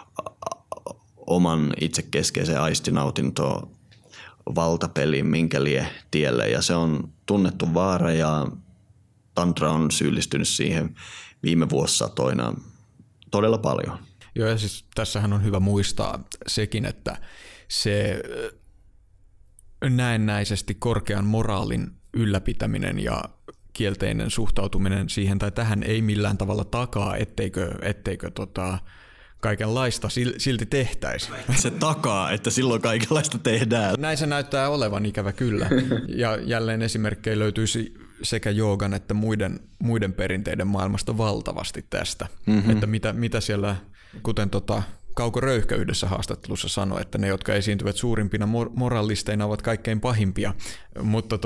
oman itsekeskeisen aistinautintoon valtapeliin, minkä lie tielle. Ja se on tunnettu vaara ja tantra on syyllistynyt siihen viime vuosisatoina todella paljon. Joo, ja siis tässähän on hyvä muistaa sekin, että se näennäisesti korkean moraalin ylläpitäminen ja kielteinen suhtautuminen siihen tai tähän ei millään tavalla takaa, etteikö kaikenlaista silti tehtäisi. Se takaa, että silloin kaikenlaista tehdään. Näin se näyttää olevan, ikävä kyllä. Ja jälleen esimerkkejä löytyisi sekä joogan että muiden perinteiden maailmasta valtavasti tästä. Mm-hmm. Että mitä siellä, kuten Kauko Röyhkä yhdessä haastattelussa sanoi, että ne, jotka esiintyvät suurimpina moralisteina, ovat kaikkein pahimpia. Mutta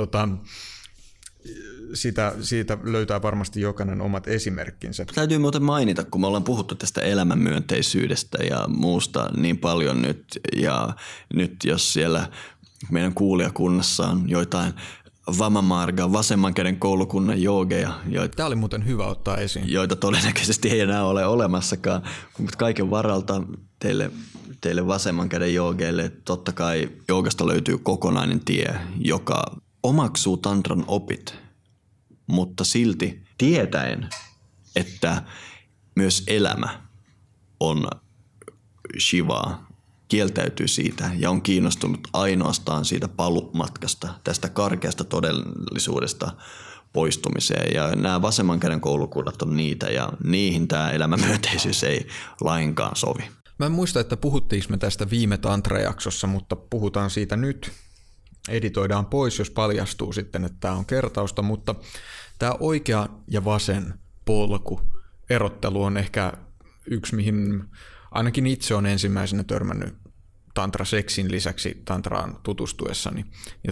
siitä löytää varmasti jokainen omat esimerkkinsä. Täytyy muuten mainita, kun me ollaan puhuttu tästä elämänmyönteisyydestä ja muusta niin paljon nyt. Ja nyt jos siellä meidän kuulijakunnassa on joitain Vamamarga, vasemman käden koulukunnan joogeja. Tämä oli muuten hyvä ottaa esiin. Joita todennäköisesti ei enää ole olemassakaan, mutta kaiken varalta teille vasemman käden joogeille totta kai joogasta löytyy kokonainen tie, joka omaksuu tantran opit, mutta silti tietäen, että myös elämä on Shivaa, kieltäytyy siitä ja on kiinnostunut ainoastaan siitä palumatkasta, tästä karkeasta todellisuudesta poistumiseen. Ja nämä vasemman käden koulukunnat on niitä ja niihin tämä elämänmyönteisyys ei lainkaan sovi. Mä en muista, että puhuttiinko me tästä viime tantra-jaksossa, mutta puhutaan siitä nyt. Editoidaan pois, jos paljastuu sitten, että tämä on kertausta, mutta tämä oikea ja vasen polku, erottelu on ehkä yksi, mihin ainakin itse on ensimmäisenä törmännyt tantraseksin lisäksi tantraan tutustuessani. Ja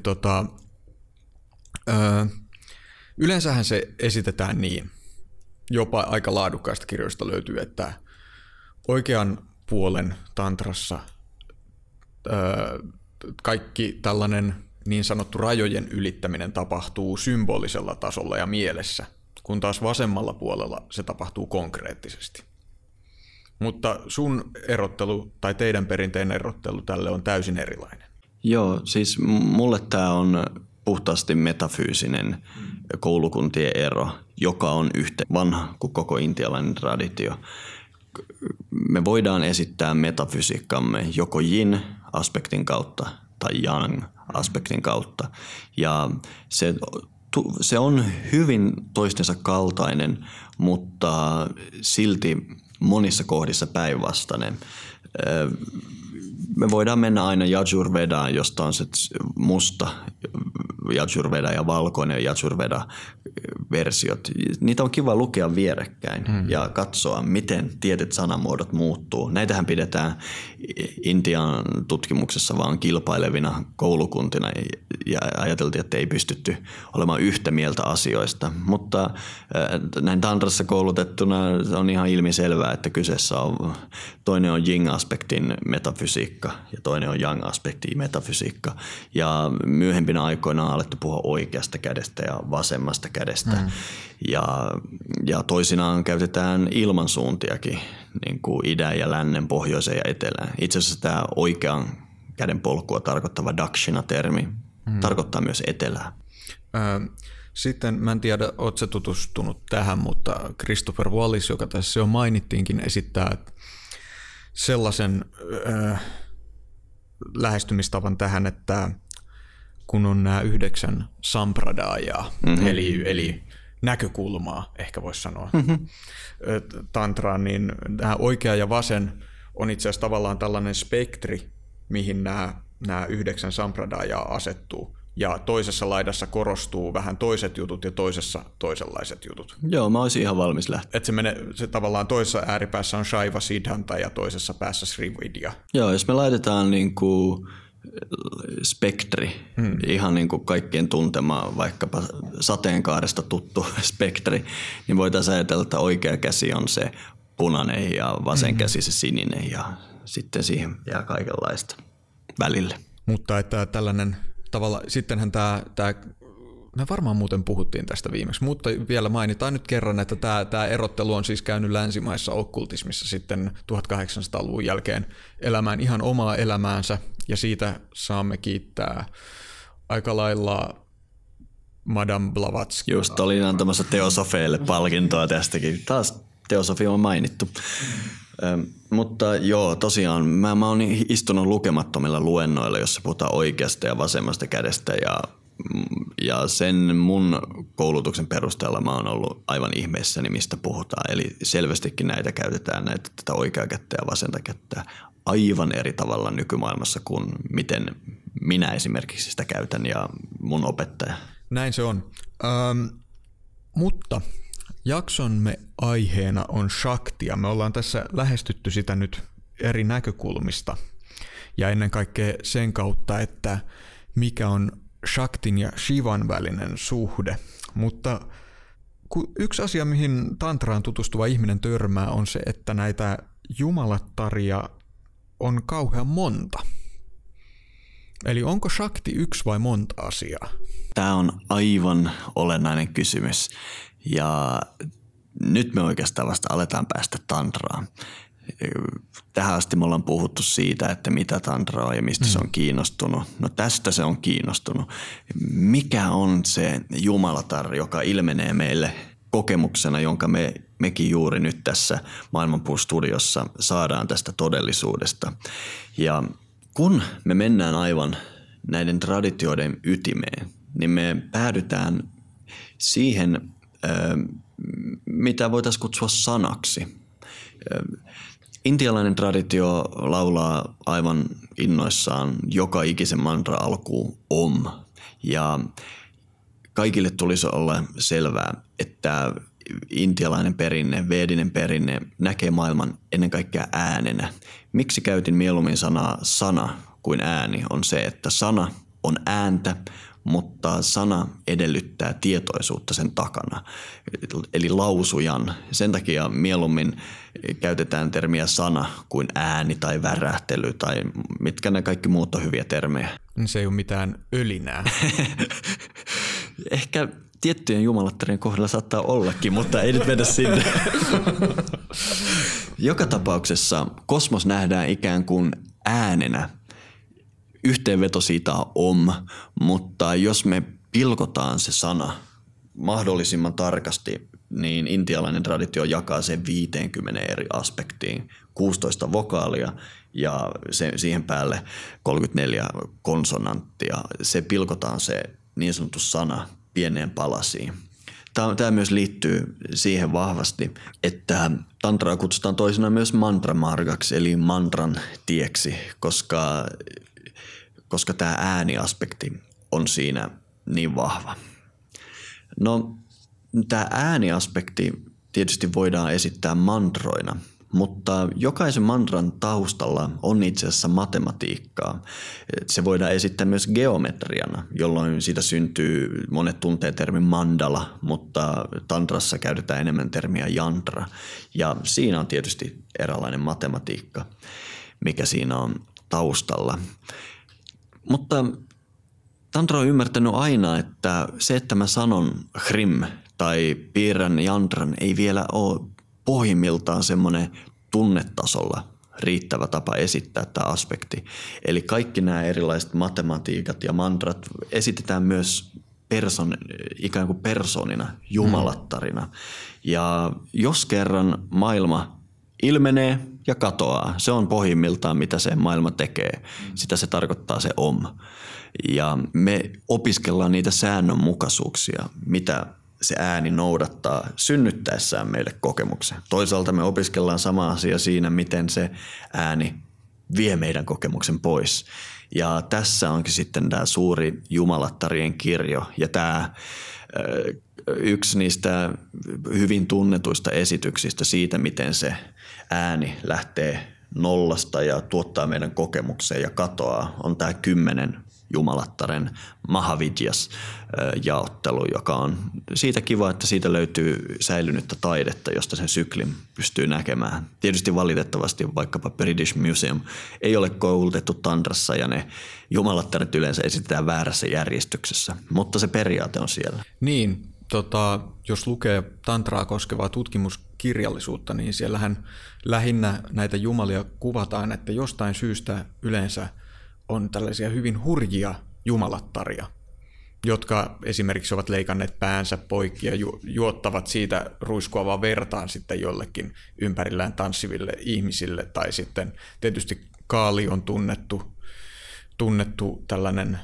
yleensähän se esitetään niin, jopa aika laadukkaista kirjoista löytyy, että oikean puolen tantrassa kaikki tällainen niin sanottu rajojen ylittäminen tapahtuu symbolisella tasolla ja mielessä, kun taas vasemmalla puolella se tapahtuu konkreettisesti. Mutta sun erottelu tai teidän perinteinen erottelu tälle on täysin erilainen. Joo, siis mulle tämä on puhtaasti metafyysinen koulukuntien ero, joka on yhtä vanha kuin koko intialainen traditio. Me voidaan esittää metafysiikkamme joko yin-aspektin kautta tai yang-aspektin kautta. Ja se on hyvin toistensa kaltainen, mutta silti monissa kohdissa päinvastainen. Me voidaan mennä aina Yajurvedaan, josta on se musta Yajurveda ja valkoinen Yajurveda-versiot. Niitä on kiva lukea vierekkäin ja katsoa, miten tietyt sanamuodot muuttuu. Näitähän pidetään Intian tutkimuksessa vaan kilpailevina koulukuntina ja ajateltiin, että ei pystytty olemaan yhtä mieltä asioista. Mutta näin tantrassa koulutettuna on ihan ilmiselvää, että kyseessä on toinen on yin-aspektin metafysiikka ja toinen on yang-aspektin metafysiikka. Ja myöhempinä aikoina on alettu puhua oikeasta kädestä ja vasemmasta kädestä. Ja toisinaan käytetään ilmansuuntiakin, niin kuin idän ja lännen, pohjoisen ja etelään. Itse asiassa tämä oikean käden polkua tarkoittava dakshina-termi tarkoittaa myös etelää. Sitten mä en tiedä, ootko sä tutustunut tähän, mutta Christopher Wallis, joka tässä jo mainittiinkin, esittää sellaisen lähestymistavan tähän, että kun on nämä 9 sampradajaa, eli näkökulmaa, ehkä voisi sanoa, tantraan, niin nämä oikea ja vasen on itse asiassa tavallaan tällainen spektri, mihin nämä 9 sampradajaa asettuu. Ja toisessa laidassa korostuu vähän toiset jutut ja toisessa toisenlaiset jutut. Joo, mä olisin ihan valmis lähteä. Että se tavallaan toisessa ääripäässä on Shaiva Siddhanta ja toisessa päässä Sri Vidya. Joo, jos me laitetaan niinku spektri, ihan niin kuin kaikkien tuntema vaikkapa sateenkaaresta tuttu spektri, niin voitaisiin ajatella, että oikea käsi on se punainen ja vasen käsi se sininen ja sitten siihen jää kaikenlaista välille. Mutta että tällainen tavalla, sittenhän tämä me varmaan muuten puhuttiin tästä viimeksi, mutta vielä mainitaan nyt kerran, että tämä erottelu on siis käynyt länsimaissa okkultismissa sitten 1800-luvun jälkeen elämään ihan omaa elämäänsä, ja siitä saamme kiittää aika lailla Madame Blavatsky. Just olin antamassa teosofeille palkintoa tästäkin. Taas teosofi on mainittu. Mutta joo, tosiaan mä oon istunut lukemattomilla luennoilla, jossa puhutaan oikeasta ja vasemmasta kädestä ja sen mun koulutuksen perusteella mä oon ollut aivan ihmeessäni, mistä puhutaan. Eli selvästikin näitä käytetään, tätä oikeaa kättä ja vasenta kättä aivan eri tavalla nykymaailmassa kuin miten minä esimerkiksi sitä käytän ja mun opettaja. Näin se on. Mutta jaksomme aiheena on shaktia. Me ollaan tässä lähestytty sitä nyt eri näkökulmista ja ennen kaikkea sen kautta, että mikä on shaktin ja shivan välinen suhde. Mutta yksi asia, mihin tantraan tutustuva ihminen törmää, on se, että näitä jumalattaria on kauhean monta. Eli onko shakti yksi vai monta asiaa? Tämä on aivan olennainen kysymys. Ja nyt me oikeastaan vasta aletaan päästä tantraan. Tähän asti me ollaan puhuttu siitä, että mitä tantra on ja mistä se on kiinnostunut. No tästä se on kiinnostunut. Mikä on se jumalatar, joka ilmenee meille kokemuksena, jonka mekin juuri nyt tässä Maailmanpuu-studiossa saadaan tästä todellisuudesta. Ja kun me mennään aivan näiden traditioiden ytimeen, niin me päädytään siihen, mitä voitaisiin kutsua sanaksi. Intialainen traditio laulaa aivan innoissaan joka ikisen mantra alkuun om. Ja kaikille tulisi olla selvää, että intialainen perinne, vedinen perinne näkee maailman ennen kaikkea äänenä. Miksi käytin mieluummin sanaa sana kuin ääni on se, että sana on ääntä, mutta sana edellyttää tietoisuutta sen takana, eli lausujan. Sen takia mieluummin käytetään termiä sana kuin ääni tai värähtely tai mitkä ne kaikki muut on hyviä termejä. Se ei ole mitään ölinää. Ehkä tiettyjen jumalattarien kohdalla saattaa ollakin, mutta ei nyt mennä sinne. Joka tapauksessa kosmos nähdään ikään kuin äänenä. Yhteenveto siitä on om, mutta jos me pilkotaan se sana mahdollisimman tarkasti, niin intialainen traditio jakaa sen 50 eri aspektiin, 16 vokaalia ja siihen päälle 34 konsonanttia. Se pilkotaan se niin sanottu sana pieneen palasiin. Tämä myös liittyy siihen vahvasti, että tantraa kutsutaan toisinaan myös mantramargaksi eli mantran tieksi, koska tämä ääniaspekti on siinä niin vahva. No, tämä ääniaspekti tietysti voidaan esittää mantroina, mutta jokaisen mantran taustalla on itse asiassa matematiikkaa. Se voidaan esittää myös geometriana, jolloin siitä syntyy, monet tuntee termin mandala, mutta tantrassa käytetään enemmän termiä yantra. Ja siinä on tietysti eräänlainen matematiikka, mikä siinä on taustalla. Mutta tantra on ymmärtänyt aina, että se, että mä sanon hrim tai piirrän jantran, ei vielä ole pohjimmiltaan semmoinen tunnetasolla riittävä tapa esittää tämä aspekti. Eli kaikki nämä erilaiset matematiikat ja mantrat esitetään myös ikään kuin persoonina, jumalattarina. Ja jos kerran maailma ilmenee ja katoaa, se on pohjimmiltaan mitä se maailma tekee. Sitä se tarkoittaa se om. Ja me opiskellaan niitä säännönmukaisuuksia, mitä se ääni noudattaa synnyttäessään meille kokemuksen. Toisaalta me opiskellaan sama asia siinä, miten se ääni vie meidän kokemuksen pois. Ja tässä onkin sitten tämä suuri jumalattarien kirjo ja tämä yksi niistä hyvin tunnetuista esityksistä siitä, miten se ääni lähtee nollasta ja tuottaa meidän kokemukseen ja katoaa, on tämä 10 jumalattaren Mahavidjas jaottelu, joka on siitä kiva, että siitä löytyy säilynyttä taidetta, josta sen syklin pystyy näkemään. Tietysti valitettavasti vaikkapa British Museum ei ole koulutettu tantrassa ja ne jumalattaret yleensä esitetään väärässä järjestyksessä, mutta se periaate on siellä. Niin, jos lukee tantraa koskevaa tutkimuskirjallisuutta, niin siellähän lähinnä näitä jumalia kuvataan, että jostain syystä yleensä on tällaisia hyvin hurjia jumalattaria, jotka esimerkiksi ovat leikanneet päänsä poikki ja juottavat siitä ruiskuavaa vertaan sitten jollekin ympärillään tanssiville ihmisille. Tai sitten tietysti Kaali on tunnettu tällainen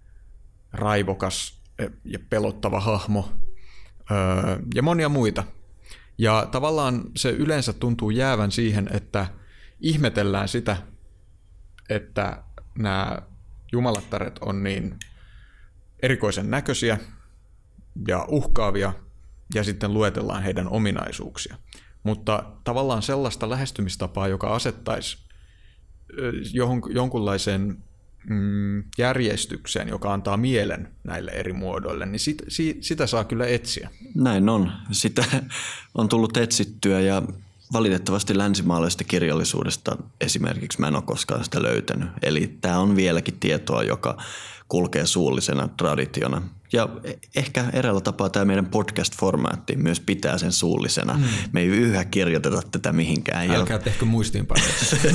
raivokas ja pelottava hahmo ja monia muita. Ja tavallaan se yleensä tuntuu jäävän siihen, että ihmetellään sitä, että nämä jumalattaret on niin erikoisen näköisiä ja uhkaavia ja sitten luetellaan heidän ominaisuuksia. Mutta tavallaan sellaista lähestymistapaa, joka asettaisi jonkunlaisen järjestykseen, joka antaa mielen näille eri muodoille, niin sitä saa kyllä etsiä. Näin on. Sitä on tullut etsittyä ja valitettavasti länsimaalaisesta kirjallisuudesta esimerkiksi mä en ole koskaan sitä löytänyt. Eli tämä on vieläkin tietoa, joka kulkee suullisena traditiona. Ja ehkä eräällä tapaa tämä meidän podcast-formaatti myös pitää sen suullisena. Me ei yhä kirjoiteta tätä mihinkään. Älkää tehkö muistiinpanoja.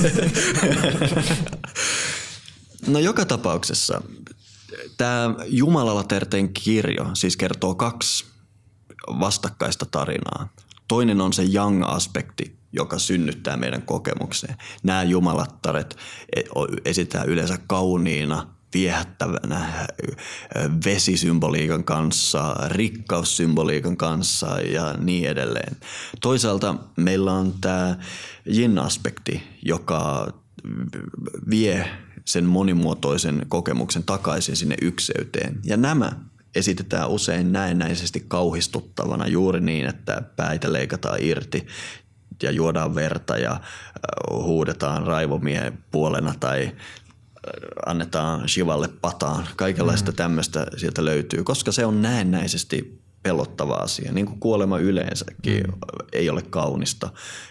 No joka tapauksessa tämä Jumalaterteen kirjo siis kertoo 2 vastakkaista tarinaa. Toinen on se yang-aspekti, joka synnyttää meidän kokemukseen. Nämä jumalattaret esitetään yleensä kauniina, viehättävänä vesisymboliikan kanssa, rikkaussymboliikan kanssa ja niin edelleen. Toisaalta meillä on tämä yin-aspekti, joka vie sen monimuotoisen kokemuksen takaisin sinne ykseyteen. Ja nämä esitetään usein näennäisesti kauhistuttavana juuri niin, että päitä leikataan irti ja juodaan verta ja huudetaan raivomiehen puolena tai annetaan Shivalle pataan. Kaikenlaista tämmöistä sieltä löytyy, koska se on näennäisesti pelottava asia. Niin kuin kuolema yleensäkin ei ole kaunista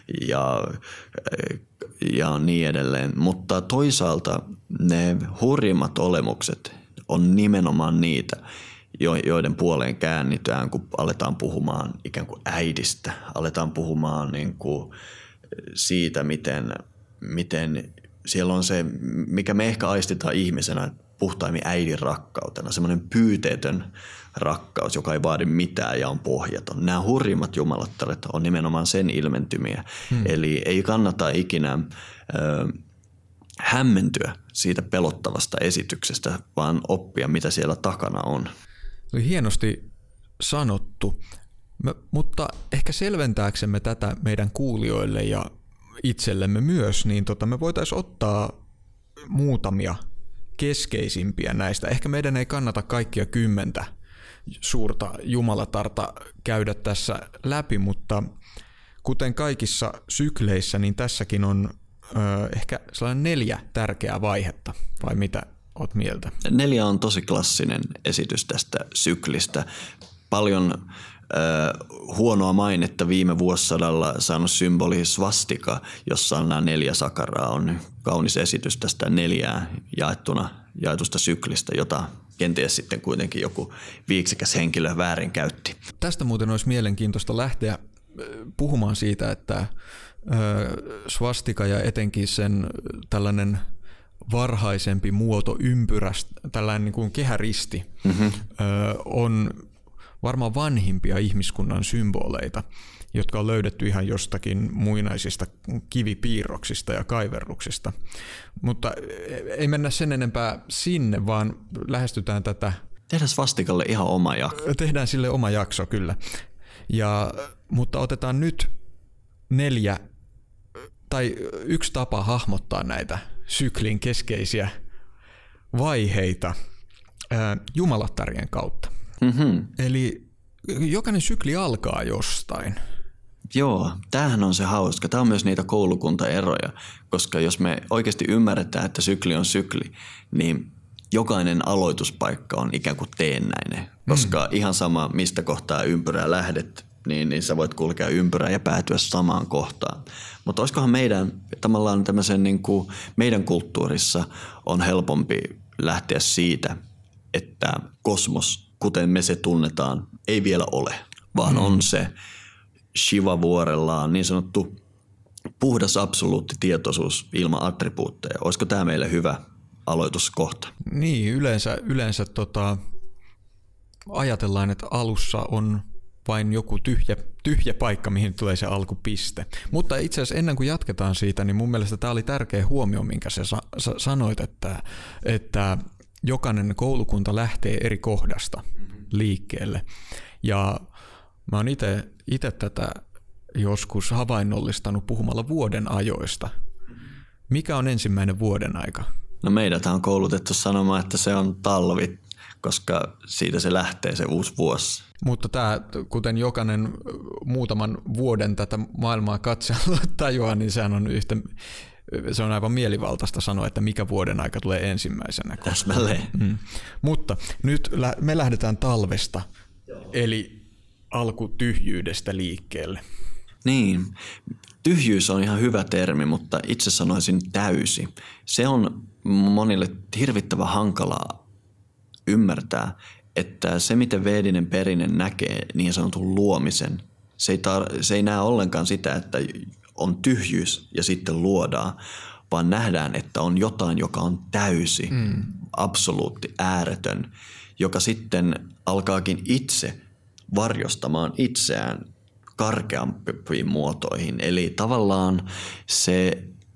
ja niin edelleen. Mutta toisaalta ne hurjimmat olemukset on nimenomaan niitä, joiden puoleen käännytään, kun aletaan puhumaan ikään kuin äidistä. Aletaan puhumaan niin kuin siitä, miten siellä on se, mikä me ehkä aistitaan ihmisenä puhtaimmin äidin rakkautena, semmoinen pyyteetön rakkaus, joka ei vaadi mitään ja on pohjaton. Nämä hurjimmat jumalattaret on nimenomaan sen ilmentymiä. Eli ei kannata ikinä hämmentyä siitä pelottavasta esityksestä, vaan oppia, mitä siellä takana on. Oli hienosti sanottu, mutta ehkä selventääksemme tätä meidän kuulijoille ja itsellemme myös, niin me voitaisiin ottaa muutamia keskeisimpiä näistä. Ehkä meidän ei kannata kaikkia 10 suurta jumalatarta käydä tässä läpi, mutta kuten kaikissa sykleissä, niin tässäkin on ehkä sellainen 4 tärkeää vaihetta, vai mitä oot mieltä? 4 on tosi klassinen esitys tästä syklistä. Paljon huonoa mainetta viime vuosisadalla saanut symboli svastika, jossa on nämä 4 sakaraa, on kaunis esitys tästä 4 jaetusta syklistä, jota kenties sitten kuitenkin joku viiksikäs henkilö väärin käytti. Tästä muuten olisi mielenkiintoista lähteä puhumaan siitä, että svastika ja etenkin sen tällainen varhaisempi muoto ympyrästä, tällainen niin kuin kehäristi, on varmaan vanhimpia ihmiskunnan symboleita, jotka on löydetty ihan jostakin muinaisista kivipiirroksista ja kaiverruksista. Mutta ei mennä sen enempää sinne, vaan lähestytään tätä. Tehdään svastikalle ihan oma jakso. Tehdään sille oma jakso, kyllä. Mutta otetaan nyt 4, tai 1 tapa hahmottaa näitä syklin keskeisiä vaiheita jumalattarien kautta. Eli jokainen sykli alkaa jostain. Joo, tämähän on se hauska. Tämä on myös niitä koulukuntaeroja, koska jos me oikeasti ymmärretään, että sykli on sykli, niin jokainen aloituspaikka on ikään kuin teennäinen. Koska ihan sama, mistä kohtaa ympyrää lähdet, niin sä voit kulkea ympyrää ja päätyä samaan kohtaan. Mutta olisikohan meidän kulttuurissa on helpompi lähteä siitä, että kosmos, kuten me se tunnetaan, ei vielä ole, vaan on se Shiva-vuorellaan niin sanottu puhdas absoluutti tietoisuus ilman attribuutteja. Olisiko tämä meille hyvä aloituskohta? Niin, yleensä ajatellaan, että alussa on vain joku tyhjä paikka, mihin tulee se alkupiste. Mutta itse asiassa ennen kuin jatketaan siitä, niin mun mielestä tämä oli tärkeä huomio, minkä sä sanoit, että jokainen koulukunta lähtee eri kohdasta liikkeelle. Ja mä oon itse tätä joskus havainnollistanut puhumalla vuoden ajoista. Mikä on ensimmäinen vuoden aika? No meidät on koulutettu sanomaan, että se on talvi, koska siitä se lähtee se uusi vuosi. Mutta tämä, kuten jokainen muutaman vuoden tätä maailmaa katsella tajuaa, niin se on aivan mielivaltaista sanoa, että mikä vuoden aika tulee ensimmäisenä. Täsmälleen. Mutta nyt me lähdetään talvesta, eli alkutyhjyydestä liikkeelle. Niin, tyhjyys on ihan hyvä termi, mutta itse sanoisin täysi. Se on monille hirvittävän hankalaa ymmärtää, että se miten vedinen perinne näkee niin sanotun luomisen, se ei näe ollenkaan sitä, että on tyhjyys ja sitten luodaan, vaan nähdään, että on jotain, joka on täysi, absoluutti, ääretön, joka sitten alkaakin itse varjostamaan itseään karkeampiin muotoihin. Eli tavallaan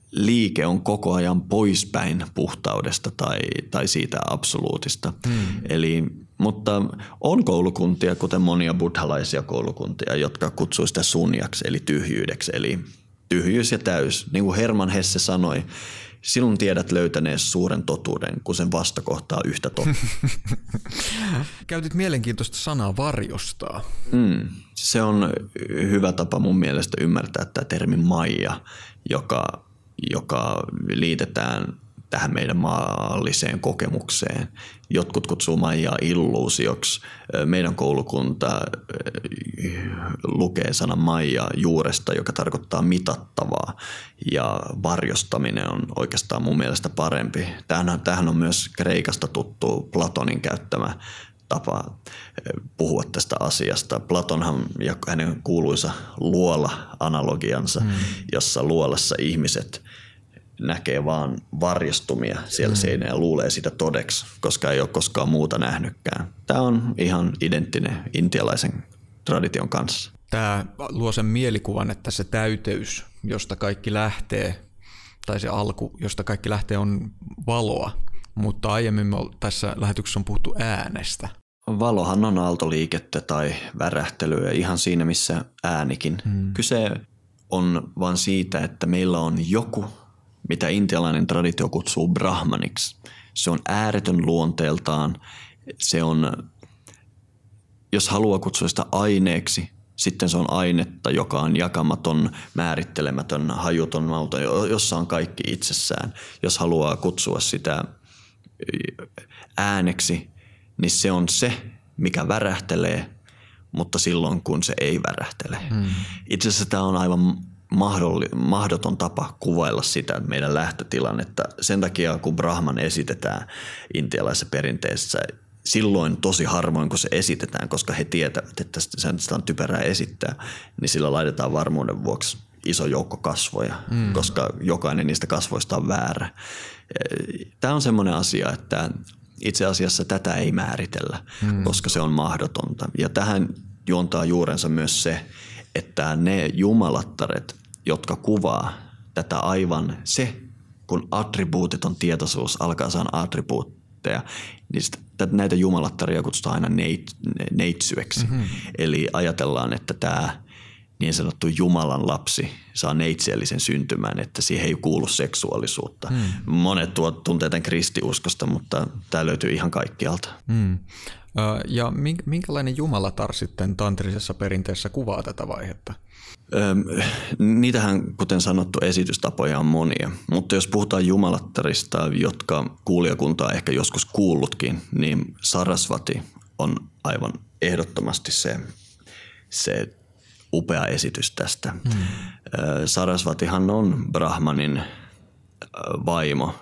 liike on koko ajan poispäin puhtaudesta tai siitä absoluutista. Mutta on koulukuntia, kuten monia buddhalaisia koulukuntia, jotka kutsuu sitä sunjaksi eli tyhjyydeksi, eli tyhjyys ja täys. Niin kuin Hermann Hesse sanoi, silloin tiedät löytäneesi suuren totuuden, kun sen vastakohtaa yhtä totta. Käytit mielenkiintoista sanaa varjostaa. Se on hyvä tapa mun mielestä ymmärtää tämä termi maija, joka liitetään tähän meidän maalliseen kokemukseen. Jotkut kutsuu maijaa illuusioksi. Meidän koulukunta lukee sanan maija juuresta, joka tarkoittaa mitattavaa, ja varjostaminen on oikeastaan mun mielestä parempi. Tämähän on myös Kreikasta tuttu Platonin käyttämä tapa puhua tästä asiasta. Platonhan ja hänen kuuluisa luola-analogiansa, jossa luolassa ihmiset näkee vaan varjostumia siellä seinä ja luulee sitä todeksi, koska ei ole koskaan muuta nähnytkään. Tämä on ihan identtinen intialaisen tradition kanssa. Tämä luo sen mielikuvan, että se täyteys, josta kaikki lähtee, tai se alku, josta kaikki lähtee, on valoa. Mutta aiemmin tässä lähetyksessä on puhuttu äänestä. Valohan on aaltoliikettä tai värähtelyä ihan siinä, missä äänikin. Kyse on vaan siitä, että meillä on joku, mitä intialainen traditio kutsuu brahmaniksi. Se on ääretön luonteeltaan. Se on, jos haluaa kutsua sitä aineeksi, sitten se on ainetta, joka on jakamaton, määrittelemätön, hajuton, mauton, jossa on kaikki itsessään. Jos haluaa kutsua sitä ääneksi, niin se on se, mikä värähtelee, mutta silloin kun se ei värähtele. Itse asiassa tämä on aivan mahdoton tapa kuvailla sitä meidän lähtötilannetta. Sen takia, kun Brahman esitetään intialaisessa perinteessä, silloin tosi harvoin, kun se esitetään, koska he tietävät, että sitä on typerää esittää, niin sillä laitetaan varmuuden vuoksi iso joukko kasvoja, koska jokainen niistä kasvoista on väärä. Tämä on semmoinen asia, että itse asiassa tätä ei määritellä, koska se on mahdotonta. Ja tähän juontaa juurensa myös se, että ne jumalattaret, jotka kuvaa tätä aivan se, kun attribuutiton tietoisuus alkaa saada attribuutteja, niin näitä jumalattaria kutsutaan aina neitsyeksi. Eli ajatellaan, että tämä niin sanottu Jumalan lapsi saa neitsellisen syntymään, että siihen ei kuulu seksuaalisuutta. Monet tuntee tämän kristiuskosta, mutta tämä löytyy ihan kaikkialta. Ja minkälainen jumalatar sitten tantrisessa perinteessä kuvaa tätä vaihetta? Niitähän, kuten sanottu, esitystapoja on monia, mutta jos puhutaan jumalattarista, jotka kuulijakunta on ehkä joskus kuullutkin, niin Sarasvati on aivan ehdottomasti se upea esitys tästä. Sarasvatihan on Brahmanin vaimo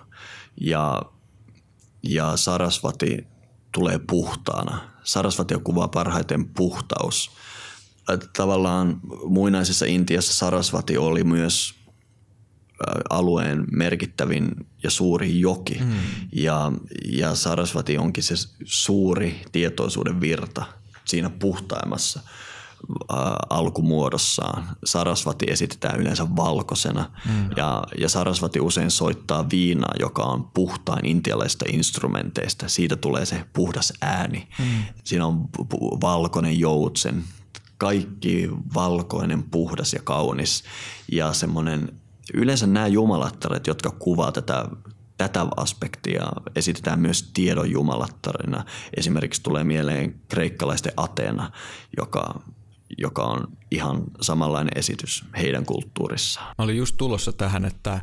ja Sarasvati tulee puhtaana. Sarasvatia kuvaa parhaiten puhtaus. Tavallaan muinaisessa Intiassa Sarasvati oli myös alueen merkittävin ja suuri joki. Ja Sarasvati onkin se suuri tietoisuuden virta siinä puhtaimmassa alkumuodossaan. Sarasvati esitetään yleensä valkoisena ja Sarasvati usein soittaa viinaa, joka on puhtain intialaisista instrumenteista. Siitä tulee se puhdas ääni. Siinä on valkoinen joutsen, kaikki valkoinen, puhdas ja kaunis ja semmoinen. Yleensä nämä jumalattaret, jotka kuvaa tätä aspektia, esitetään myös tiedon jumalattarina. Esimerkiksi tulee mieleen kreikkalaisten Athena, joka on ihan samanlainen esitys heidän kulttuurissaan. Mä olin just tulossa tähän, että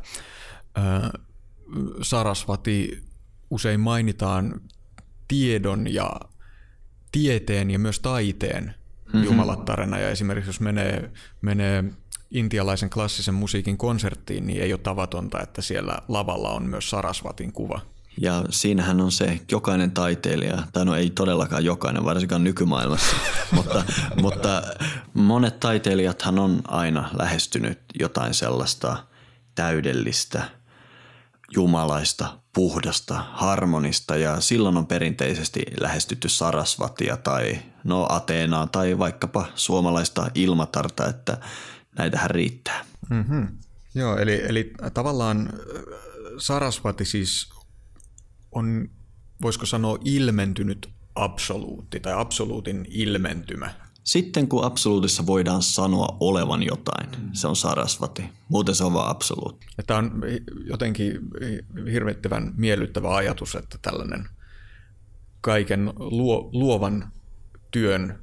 Sarasvati usein mainitaan tiedon ja tieteen ja myös taiteen jumalattarena. Ja esimerkiksi jos menee intialaisen klassisen musiikin konserttiin, niin ei ole tavatonta, että siellä lavalla on myös Sarasvatin kuva. Ja siinähän on se, jokainen taiteilija, tai no ei todellakaan jokainen, varsinkaan nykymaailmassa, mutta monet taiteilijathan on aina lähestynyt jotain sellaista täydellistä, jumalaista, puhdasta, harmonista ja silloin on perinteisesti lähestytty Sarasvatia tai Ateenaa tai vaikkapa suomalaista Ilmatarta, että näitähän riittää. Joo, eli tavallaan Sarasvati siis on, voisiko sanoa, ilmentynyt absoluutti tai absoluutin ilmentymä. Sitten kun absoluutissa voidaan sanoa olevan jotain, se on Sarasvati. Muuten se on vaan absoluutti. Tämä on jotenkin hirvittävän miellyttävä ajatus, että tällainen kaiken luovan työn,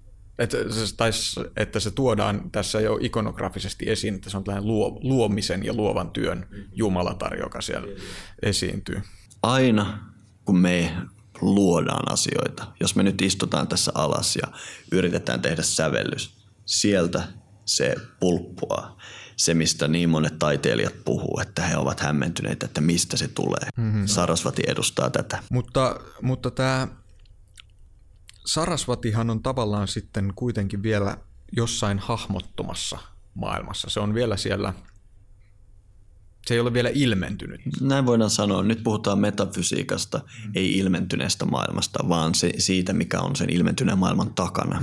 että se tuodaan tässä jo ikonografisesti esiin, että se on tällainen luomisen ja luovan työn jumalatar, joka siellä esiintyy. Aina kun me luodaan asioita, jos me nyt istutaan tässä alas ja yritetään tehdä sävellys, sieltä se pulppuaa. Se, mistä niin monet taiteilijat puhuu, että he ovat hämmentyneitä, että mistä se tulee. Sarasvati edustaa tätä. Mutta tämä Sarasvatihan on tavallaan sitten kuitenkin vielä jossain hahmottomassa maailmassa. Se on vielä siellä, se ei ole vielä ilmentynyt. Näin voidaan sanoa. Nyt puhutaan metafysiikasta, ei ilmentyneestä maailmasta, vaan siitä, mikä on sen ilmentyneen maailman takana.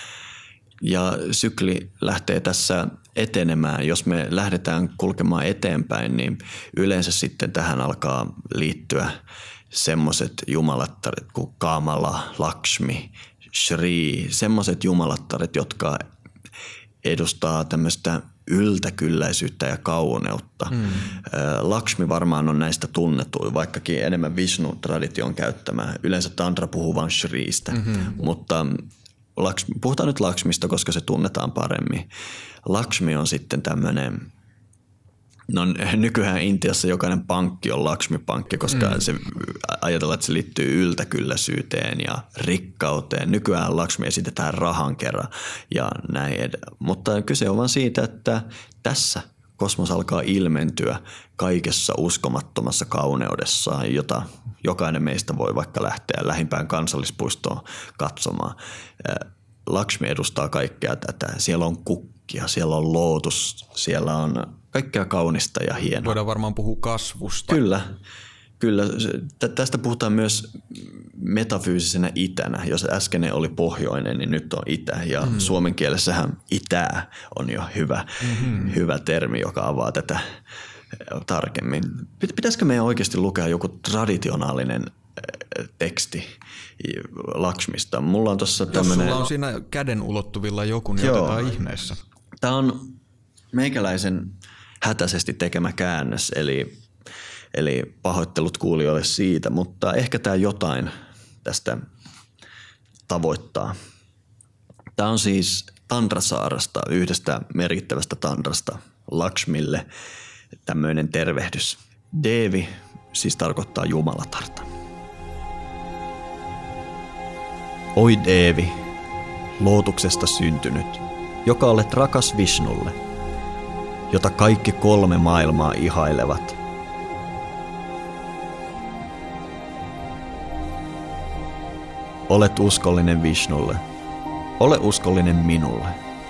Ja sykli lähtee tässä etenemään. Jos me lähdetään kulkemaan eteenpäin, niin yleensä sitten tähän alkaa liittyä semmoiset jumalattaret kuin Kamala, Lakshmi, Shri, semmoiset jumalattaret, jotka edustaa tämmöistä yltäkylläisyyttä ja kauneutta. Lakshmi varmaan on näistä tunnetuin, vaikkakin enemmän Vishnu-tradition käyttämä. Yleensä Tantra puhuu vain Shristä, mutta puhutaan nyt Lakshmista, koska se tunnetaan paremmin. Lakshmi on sitten tämmöinen, no nykyään Intiassa jokainen pankki on Lakshmi-pankki, koska se ajatellaan, että se liittyy yltäkylläisyyteen ja rikkauteen. Nykyään Lakshmi esitetään rahan kerran ja näin mutta kyse on vaan siitä, että tässä kosmos alkaa ilmentyä kaikessa uskomattomassa kauneudessaan, jota jokainen meistä voi vaikka lähteä lähimpään kansallispuistoon katsomaan. Lakshmi edustaa kaikkea tätä. Siellä on kukkia, siellä on lootus, siellä on kaikkea kaunista ja hienoa. Voidaan varmaan puhua kasvusta. Kyllä. Tästä puhutaan myös metafyysisenä itänä. Jos äskeinen oli pohjoinen, niin nyt on itä. Ja suomen kielessähän itää on jo hyvä termi, joka avaa tätä tarkemmin. Pitäisikö meidän oikeasti lukea joku traditionaalinen teksti Lakshmista? Mulla on tossa tämmönen... Jos sulla on siinä käden ulottuvilla joku, niin otetaan ihmeessä. Tämä on meikäläisen hätäisesti tekemä käännös, eli pahoittelut kuulijoille siitä, mutta ehkä tämä jotain tästä tavoittaa. Tämä on siis Tantrasaarasta, yhdestä merkittävästä tantrasta, Lakshmille tämmöinen tervehdys. Devi siis tarkoittaa jumalatarta. Oi Devi, lootuksesta syntynyt, joka olet rakas Vishnulle, jota kaikki 3 maailmaa ihailevat. Olet uskollinen Vishnulle, ole uskollinen minulle.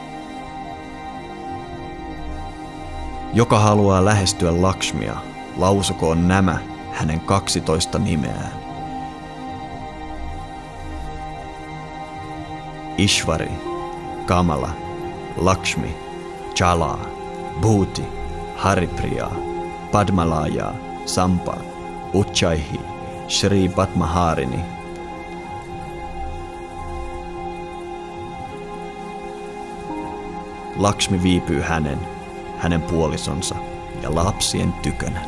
Joka haluaa lähestyä Lakshmia, lausukoon nämä hänen 12 nimeään. Ishvari, Kamala, Lakshmi, Chala, Bhuti, Haripriya, Padmalaya, Sampa, Uchaihi, Shri Padmaharini. Lakshmi viipyy hänen puolisonsa ja lapsien tykönä.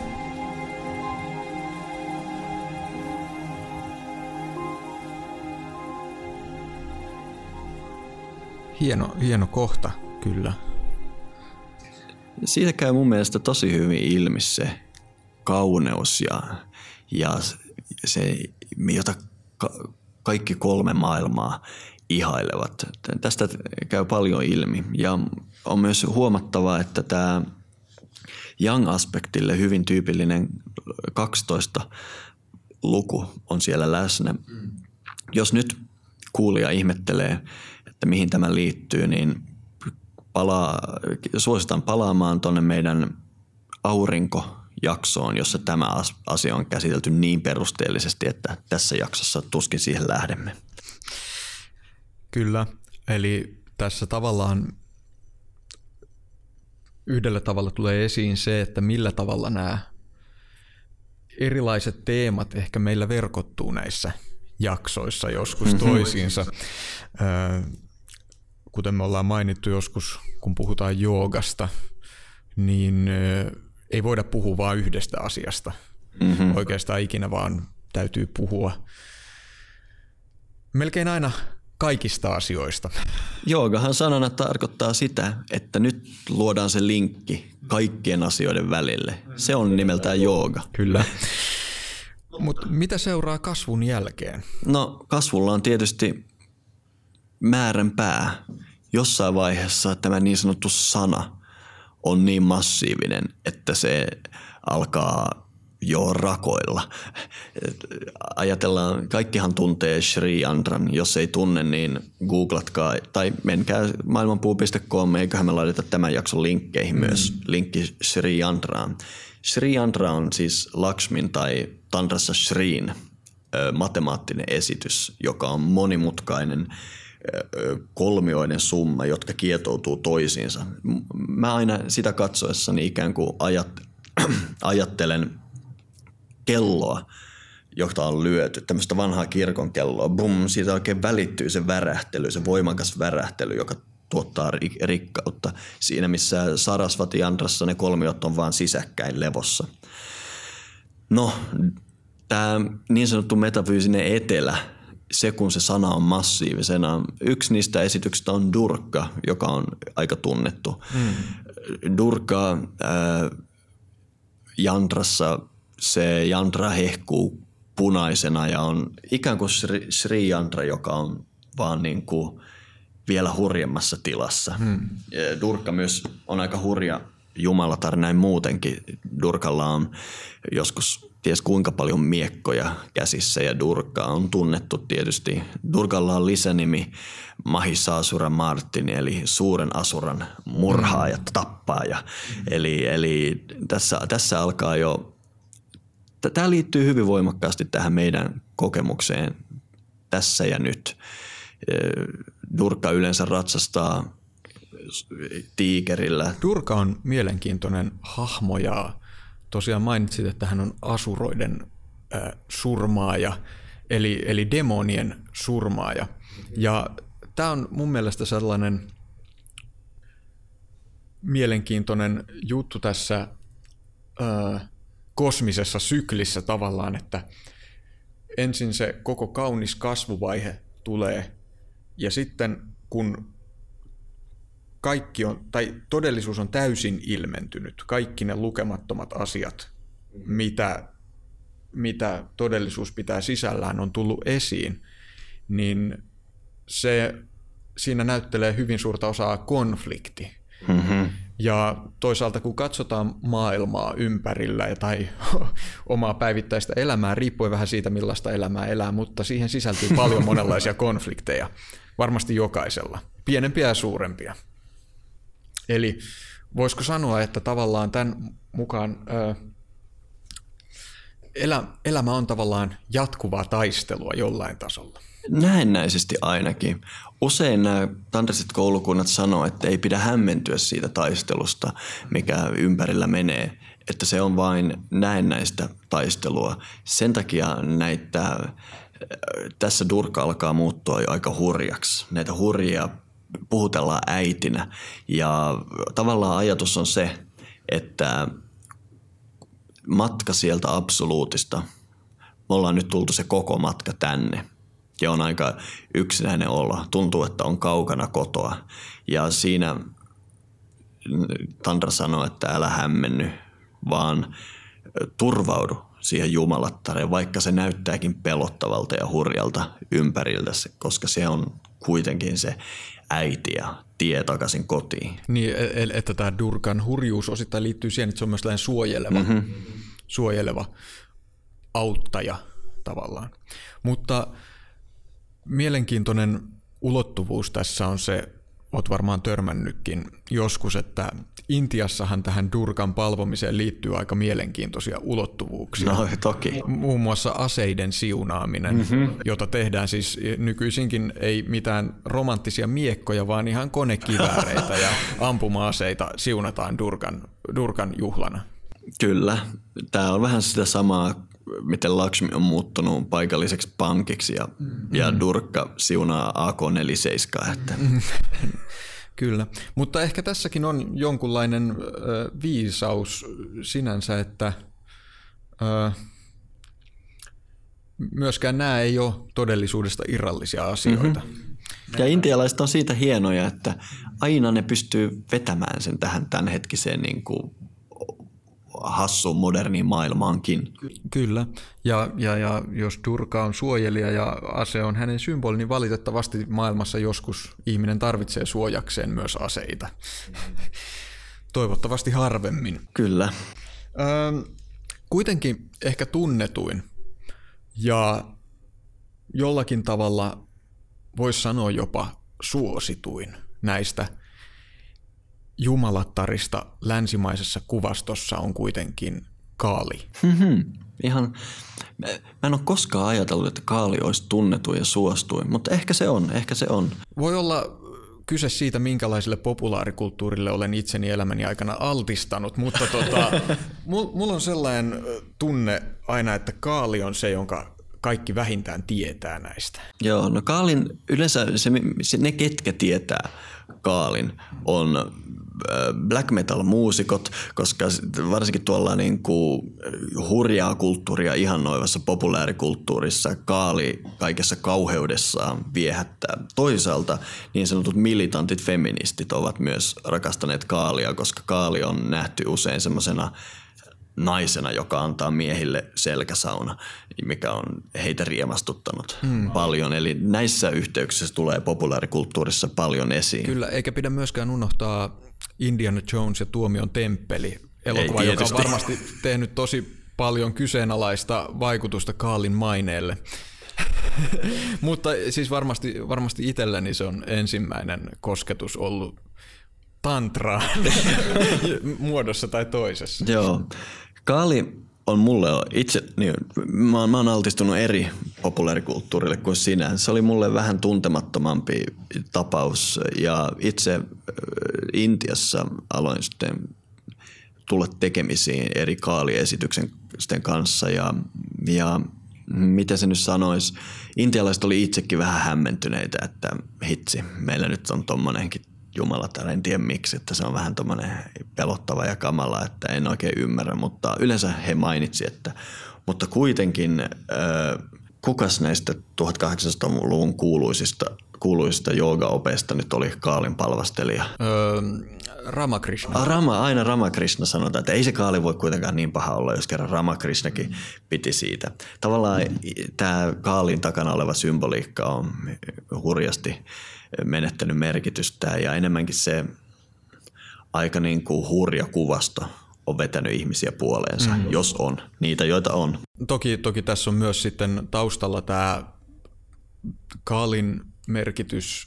Hieno kohta, kyllä. Siitä käy mun mielestä tosi hyvin ilmi se kauneus ja se, jota kaikki 3 maailmaa ihailevat. Tästä käy paljon ilmi ja on myös huomattavaa, että tämä Yang-aspektille hyvin tyypillinen 12 luku on siellä läsnä. Jos nyt kuulija ihmettelee, että mihin tämä liittyy, niin suositan palaamaan tuonne meidän aurinkojaksoon, jossa tämä asia on käsitelty niin perusteellisesti, että tässä jaksossa tuskin siihen lähdemme. Kyllä, eli tässä tavallaan yhdellä tavalla tulee esiin se, että millä tavalla nämä erilaiset teemat ehkä meillä verkottuu näissä jaksoissa joskus toisiinsa. Kuten me ollaan mainittu joskus, kun puhutaan joogasta, niin ei voida puhua vain yhdestä asiasta oikeastaan ikinä, vaan täytyy puhua melkein aina kaikista asioista. Joogahan sanana tarkoittaa sitä, että nyt luodaan se linkki kaikkien asioiden välille. Se on nimeltään jooga. Kyllä. Mutta mitä seuraa kasvun jälkeen? No kasvulla on tietysti määränpää. Jossain vaiheessa tämä niin sanottu sana on niin massiivinen, että se alkaa jo rakoilla. Ajatellaan, kaikkihan tuntee Sri Yantran. Jos ei tunne, niin googlatkaa tai menkää maailmanpuu.com, eiköhän me laiteta tämän jakson linkkeihin myös linkki Sri Yantraan. Sri Yantra on siis Lakshmin tai Tantrassa Shriin matemaattinen esitys, joka on monimutkainen kolmioiden summa, jotka kietoutuu toisiinsa. Mä aina sitä katsoessani ikään kuin ajattelen kelloa, jota on lyöty, tämmöistä vanhaa kirkon kelloa. Bum, siitä oikein välittyy se värähtely, se voimakas värähtely, joka tuottaa rikkautta. Siinä missä Sarasvati Yantrassa ne kolmiot on vaan sisäkkäin levossa. No, tämä niin sanottu metafyysinen etelä, se kun se sana on massiivisena. Yksi niistä esityksistä on Durga, joka on aika tunnettu. Durga Yantrassa, se Yantra hehkuu punaisena ja on ikään kuin Sri Yantra, joka on vaan niin kuin vielä hurjemmassa tilassa. Durga myös on aika hurja jumalatar näin muutenkin. Durgalla on joskus ties kuinka paljon miekkoja käsissä ja Durga on tunnettu tietysti. Durgalla on lisänimi Mahisasura Martini eli suuren asuran murhaaja, tappaaja. Eli tässä alkaa jo, tämä liittyy hyvin voimakkaasti tähän meidän kokemukseen tässä ja nyt. Durga yleensä ratsastaa tiikerillä. Durga on mielenkiintoinen hahmo ja tosiaan mainitsit, että hän on asuroiden surmaaja, eli demonien surmaaja. Ja tämä on mun mielestä sellainen mielenkiintoinen juttu tässä kosmisessa syklissä tavallaan, että ensin se koko kaunis kasvuvaihe tulee ja sitten kun kaikki on, tai todellisuus on täysin ilmentynyt, kaikki ne lukemattomat asiat, mitä todellisuus pitää sisällään, on tullut esiin, niin siinä näyttelee hyvin suurta osaa konflikti. Ja toisaalta kun katsotaan maailmaa ympärillä tai omaa päivittäistä elämää, riippuen vähän siitä millaista elämää elää, mutta siihen sisältyy paljon monenlaisia konflikteja, varmasti jokaisella, pienempiä ja suurempia. Eli voisiko sanoa, että tavallaan tämän mukaan elämä on tavallaan jatkuvaa taistelua jollain tasolla? Näennäisesti ainakin. Usein nämä tantriset koulukunnat sanoo, että ei pidä hämmentyä siitä taistelusta, mikä ympärillä menee, että se on vain näennäistä taistelua. Sen takia tässä Durga alkaa muuttua jo aika hurjaksi. Näitä hurjia puhutellaan äitinä ja tavallaan ajatus on se, että matka sieltä absoluutista, me ollaan nyt tultu se koko matka tänne ja on aika yksinäinen olo, tuntuu, että on kaukana kotoa ja siinä Tantra sanoo, että älä hämmenny, vaan turvaudu siihen jumalattareen, vaikka se näyttääkin pelottavalta ja hurjalta ympäriltä, koska se on kuitenkin se äiti ja tie takaisin kotiin. Niin, että tämä Durgan hurjuus osittain liittyy siihen, että se on myös tällainen suojeleva auttaja tavallaan. Mutta mielenkiintoinen ulottuvuus tässä on se, olet varmaan törmännytkin joskus, että Intiassahan tähän durgan palvomiseen liittyy aika mielenkiintoisia ulottuvuuksia. No toki. Muun muassa aseiden siunaaminen, jota tehdään siis nykyisinkin ei mitään romanttisia miekkoja, vaan ihan konekivääreitä ja ampuma-aseita siunataan durgan juhlana. Kyllä. Tämä on vähän sitä samaa, miten Lakshmi on muuttunut paikalliseksi pankiksi ja Durga siunaa AK-47. Että. Kyllä, mutta ehkä tässäkin on jonkunlainen viisaus sinänsä, että myöskään nämä ei ole todellisuudesta irrallisia asioita. Ja intialaiset on siitä hienoja, että aina ne pystyy vetämään sen tähän tämänhetkiseen niin kuin hassuun moderniin maailmaankin. Kyllä, ja jos Durga on suojelija ja ase on hänen symboli, niin valitettavasti maailmassa joskus ihminen tarvitsee suojakseen myös aseita. Toivottavasti harvemmin. Kyllä. Kuitenkin ehkä tunnetuin ja jollakin tavalla voisi sanoa jopa suosituin näistä jumalattarista länsimaisessa kuvastossa on kuitenkin Kaali. Ihan, mä en ole koskaan ajatellut, että Kaali olisi tunnetuin ja suosituin, mutta ehkä se on. Voi olla kyse siitä, minkälaiselle populaarikulttuurille olen itseni elämäni aikana altistanut, mutta mulla on sellainen tunne aina, että Kaali on se, jonka kaikki vähintään tietää näistä. Joo, no Kaalin yleensä ne ketkä tietää Kaalin on black metal muusikot, koska varsinkin tuolla niin kuin hurjaa kulttuuria ihannoivassa populaarikulttuurissa Kaali kaikessa kauheudessaan viehättää. Toisaalta niin sanotut militantit feministit ovat myös rakastaneet Kaalia, koska Kaali on nähty usein semmoisena naisena, joka antaa miehille selkäsauna, mikä on heitä riemastuttanut paljon. Eli näissä yhteyksissä tulee populaarikulttuurissa paljon esiin. Kyllä, eikä pidä myöskään unohtaa Indiana Jones ja Tuomion temppeli elokuva, joka on varmasti tehnyt tosi paljon kyseenalaista vaikutusta Kaalin maineelle. Mutta siis varmasti itselläni se on ensimmäinen kosketus ollut tantraa muodossa tai toisessa. Joo. Kaali on mulle itse, niin mä oon altistunut eri populaarikulttuurille kuin sinä. Se oli mulle vähän tuntemattomampi tapaus ja itse Intiassa aloin sitten tulla tekemisiin eri Kaali-esityksen kanssa ja mitä se nyt sanoisi, intialaiset oli itsekin vähän hämmentyneitä, että hitsi, meillä nyt on tommonenkin jumalatar, en tiedä miksi, että se on vähän tommoinen pelottava ja kamala, että en oikein ymmärrä, mutta yleensä he mainitsi, että mutta kuitenkin kukas näistä 1800-luvun kuuluisista joogaopeista nyt oli Kaalin palvastelija? Ramakrishna. Aina Ramakrishna sanotaan, että ei se Kaali voi kuitenkaan niin paha olla, jos kerran Ramakrishnakin piti siitä. Tavallaan tämä Kaalin takana oleva symboliikka on hurjasti menettänyt merkitystä ja enemmänkin se aika niin kuin hurja kuvasto on vetänyt ihmisiä puoleensa, jos on niitä, joita on. Toki tässä on myös sitten taustalla tämä Kaalin merkitys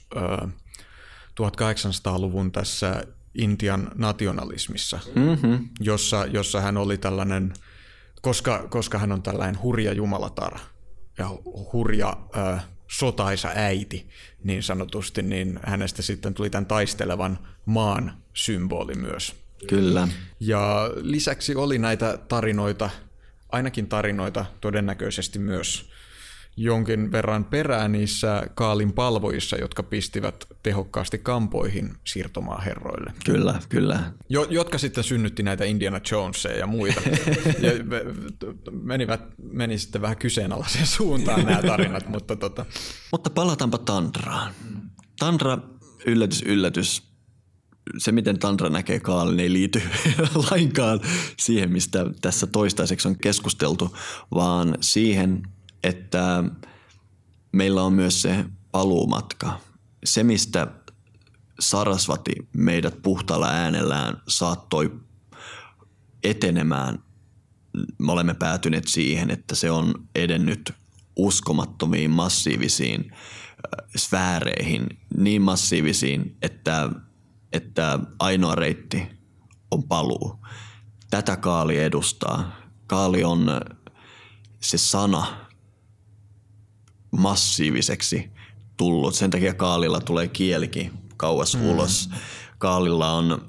1800-luvun tässä Intian nationalismissa, jossa hän oli tällainen, koska hän on tällainen hurja jumalatar ja hurja sotaisa äiti niin sanotusti, niin hänestä sitten tuli tämän taistelevan maan symboli myös. Kyllä. Ja lisäksi oli näitä tarinoita, ainakin tarinoita todennäköisesti myös jonkin verran perään niissä Kaalin palvojissa, jotka pistivät tehokkaasti kampoihin siirtomaaherroille. Kyllä. Jotka sitten synnytti näitä Indiana Jonesia ja muita. Ja meni sitten vähän kyseenalaiseen suuntaan nämä tarinat. Mutta palataanpa tantraan. Tantra, yllätys. Se, miten tantra näkee Kaalin, ei liity lainkaan siihen, mistä tässä toistaiseksi on keskusteltu, vaan siihen, että meillä on myös se paluumatka. Se, mistä Sarasvati meidät puhtaalla äänellään saattoi etenemään, me olemme päätyneet siihen, että se on edennyt uskomattomiin, massiivisiin sfääreihin, niin massiivisiin, että ainoa reitti on paluu. Tätä Kaali edustaa. Kaali on se sana massiiviseksi tullut. Sen takia Kaalilla tulee kielikin kauas ulos. Kaalilla on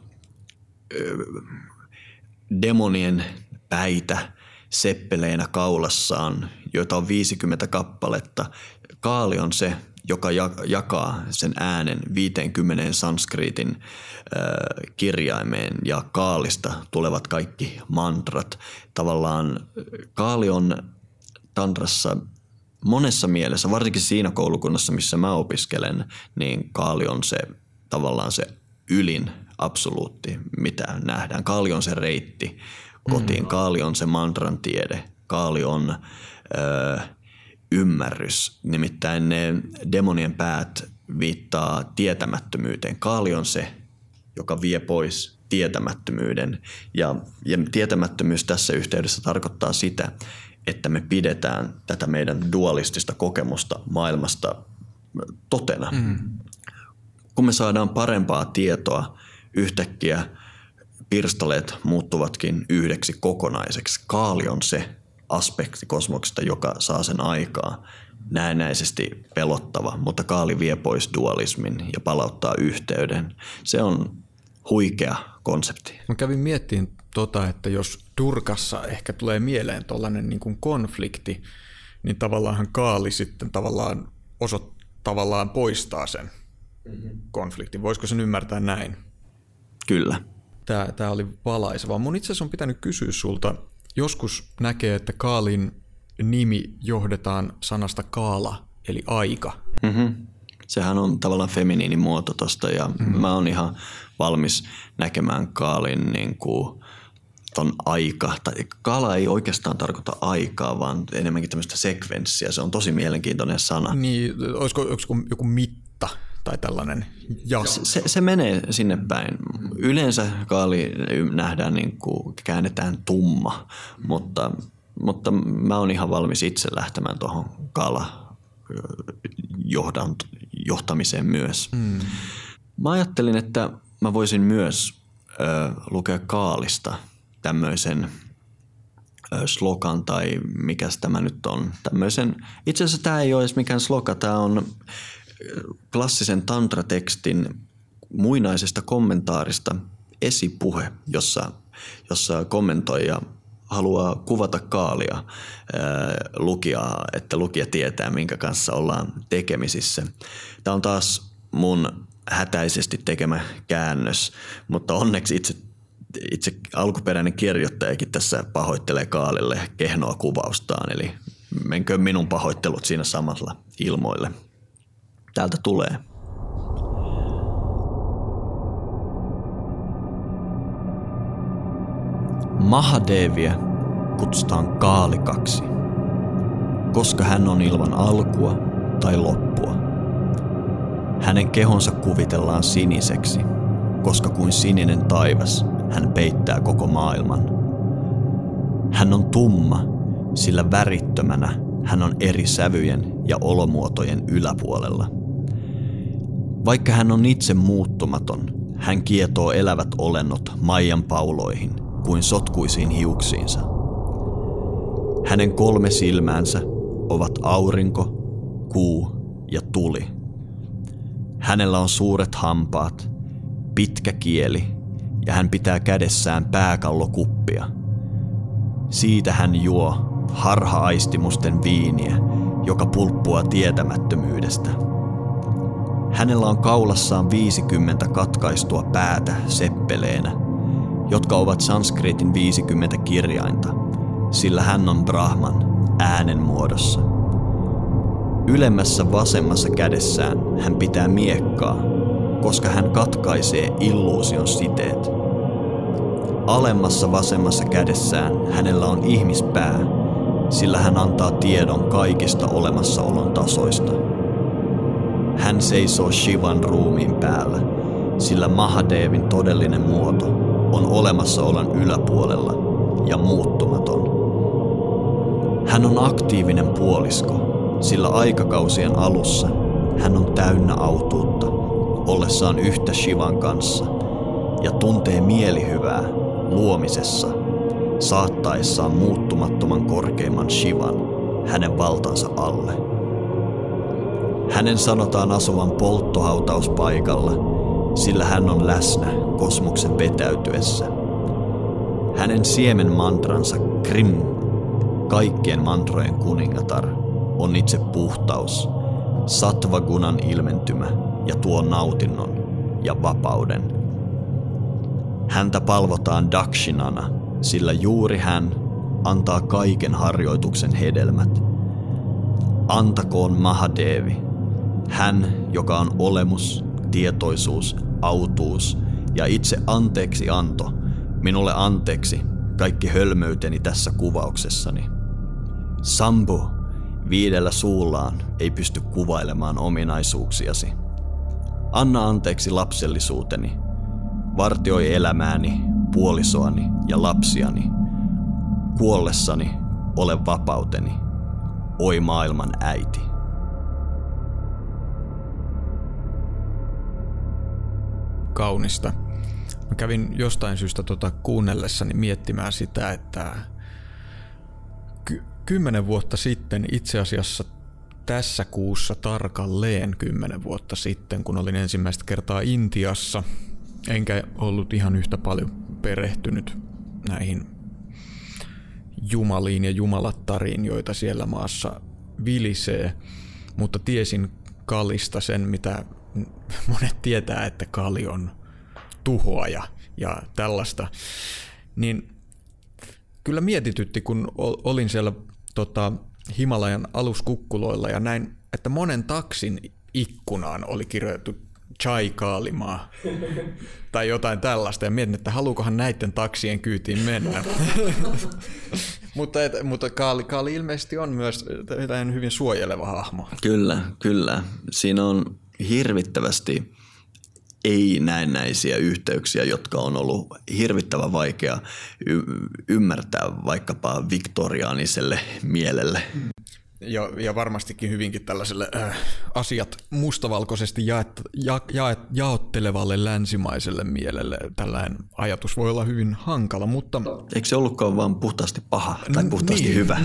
demonien päitä seppeleinä kaulassaan, joita on 50 kappaletta. Kaali on se, joka jakaa sen äänen 50 sanskritin kirjaimeen, ja Kaalista tulevat kaikki mantrat. Tavallaan Kaali on tantrassa monessa mielessä, varsinkin siinä koulukunnassa, missä mä opiskelen, niin Kaali on se tavallaan se ylin absoluutti, mitä nähdään. Kaali on se reitti kotiin, Kaali on se mantran tiede, Kaali on ymmärrys. Nimittäin ne demonien päät viittaa tietämättömyyteen. Kaali on se, joka vie pois tietämättömyyden. Ja tietämättömyys tässä yhteydessä tarkoittaa sitä, että me pidetään tätä meidän dualistista kokemusta maailmasta totena. Kun me saadaan parempaa tietoa, yhtäkkiä pirstaleet muuttuvatkin yhdeksi kokonaiseksi. Kaali on se aspekti kosmoksesta, joka saa sen aikaa. Näennäisesti pelottava, mutta Kaali vie pois dualismin ja palauttaa yhteyden. Se on huikea konsepti. Mä kävin miettimään että jos Durgassa ehkä tulee mieleen tollainen niin kuin konflikti, niin tavallaan Kaali sitten tavallaan poistaa sen konfliktin. Voisiko sen ymmärtää näin? Kyllä. Tämä oli valaiseva. Mun itse asiassa on pitänyt kysyä sulta. Joskus näkee, että Kaalin nimi johdetaan sanasta kaala, eli aika. Sehän on tavallaan feminiinin muoto tosta, ja mä oon ihan valmis näkemään Kaalin niin kuin ton aika. Kaala ei oikeastaan tarkoita aikaa, vaan enemmänkin tämmöistä sekvenssiä. Se on tosi mielenkiintoinen sana. Niin, olisiko joku mitta tai tällainen? Se menee sinne päin. Yleensä Kaali nähdään niin kuin käännetään tumma, mutta mä oon ihan valmis itse lähtemään tuohon Kaala johtamiseen myös. Mä ajattelin, että mä voisin myös lukea Kaalista tämmöisen slogan, tai mikäs tämä nyt on. Itse asiassa tämä ei ole edes mikään slogan, tämä on klassisen tantratekstin muinaisesta kommentaarista esipuhe, jossa kommentoija haluaa kuvata Kaalia lukijaa, että lukija tietää, minkä kanssa ollaan tekemisissä. Tämä on taas mun hätäisesti tekemä käännös, mutta onneksi itse alkuperäinen kirjoittajakin tässä pahoittelee Kaalille kehnoa kuvaustaan, eli menkö minun pahoittelut siinä samalla ilmoille. Täältä tulee. Mahadevia kutsutaan Kaalikaksi, koska hän on ilman alkua tai loppua. Hänen kehonsa kuvitellaan siniseksi, koska kuin sininen taivas hän peittää koko maailman. Hän on tumma, sillä värittömänä hän on eri sävyjen ja olomuotojen yläpuolella. Vaikka hän on itse muuttumaton, hän kietoo elävät olennot maijan pauloihin kuin sotkuisiin hiuksiinsa. Hänen 3 silmäänsä ovat aurinko, kuu ja tuli. Hänellä on suuret hampaat, pitkä kieli ja hän pitää kädessään pääkallokuppia. Siitä hän juo harha-aistimusten viiniä, joka pulppuaa tietämättömyydestä. Hänellä on kaulassaan 50 katkaistua päätä seppeleenä, jotka ovat sanskritin 50 kirjainta, sillä hän on Brahman äänen muodossa. Ylemmässä vasemmassa kädessään hän pitää miekkaa, koska hän katkaisee illuusion siteet. Alemmassa vasemmassa kädessään hänellä on ihmispää, sillä hän antaa tiedon kaikista olemassaolon tasoista. Hän seisoo Shivan ruumiin päällä, sillä Mahadevin todellinen muoto on olemassaolon yläpuolella ja muuttumaton. Hän on aktiivinen puolisko, sillä aikakausien alussa hän on täynnä autuutta, ollessaan yhtä Shivan kanssa, ja tuntee mielihyvää luomisessa, saattaessaan muuttumattoman korkeimman Shivan hänen valtansa alle. Hänen sanotaan asuvan polttohautauspaikalla, sillä hän on läsnä kosmoksen vetäytyessä. Hänen siemen mantransa Krim, kaikkien mantrojen kuningatar, on itse puhtaus, sattvagunan ilmentymä ja tuo nautinnon ja vapauden. Häntä palvotaan Dakshinana, sillä juuri hän antaa kaiken harjoituksen hedelmät. Antakoon Mahadevi, hän, joka on olemus, tietoisuus, autuus ja itse anteeksi anto, minulle anteeksi kaikki hölmöyteni tässä kuvauksessani. Sambu 5 suullaan ei pysty kuvailemaan ominaisuuksiasi. Anna anteeksi lapsellisuuteni. Vartioi elämääni, puolisoani ja lapsiani. Kuollessani ole vapauteni. Oi maailman äiti. Kaunista. Mä kävin jostain syystä kuunnellessani miettimään sitä, että 10 vuotta sitten, itse asiassa tässä kuussa tarkalleen 10 vuotta sitten, kun olin ensimmäistä kertaa Intiassa, enkä ollut ihan yhtä paljon perehtynyt näihin jumaliin ja jumalattariin, joita siellä maassa vilisee, mutta tiesin Kalista sen, mitä monet tietää, että Kali on tuhoaja ja tällaista, niin kyllä mietitytti, kun olin siellä Himalajan aluskukkuloilla ja näin, että monen taksin ikkunaan oli kirjoitettu Chai Kaalimaa tai jotain tällaista ja mietin, että haluukohan näiden taksien kyytiin mennä. mutta Kaali ilmeisesti on myös hyvin suojeleva hahmo. Kyllä. Siinä on hirvittävästi ei-näennäisiä yhteyksiä, jotka on ollut hirvittävän vaikea ymmärtää vaikkapa viktoriaaniselle mielelle. Ja varmastikin hyvinkin tällaiselle asiat mustavalkoisesti jaottelevalle länsimaiselle mielelle tällainen ajatus voi olla hyvin hankala, mutta... Eikö se ollutkaan vaan puhtaasti paha tai puhtaasti hyvä?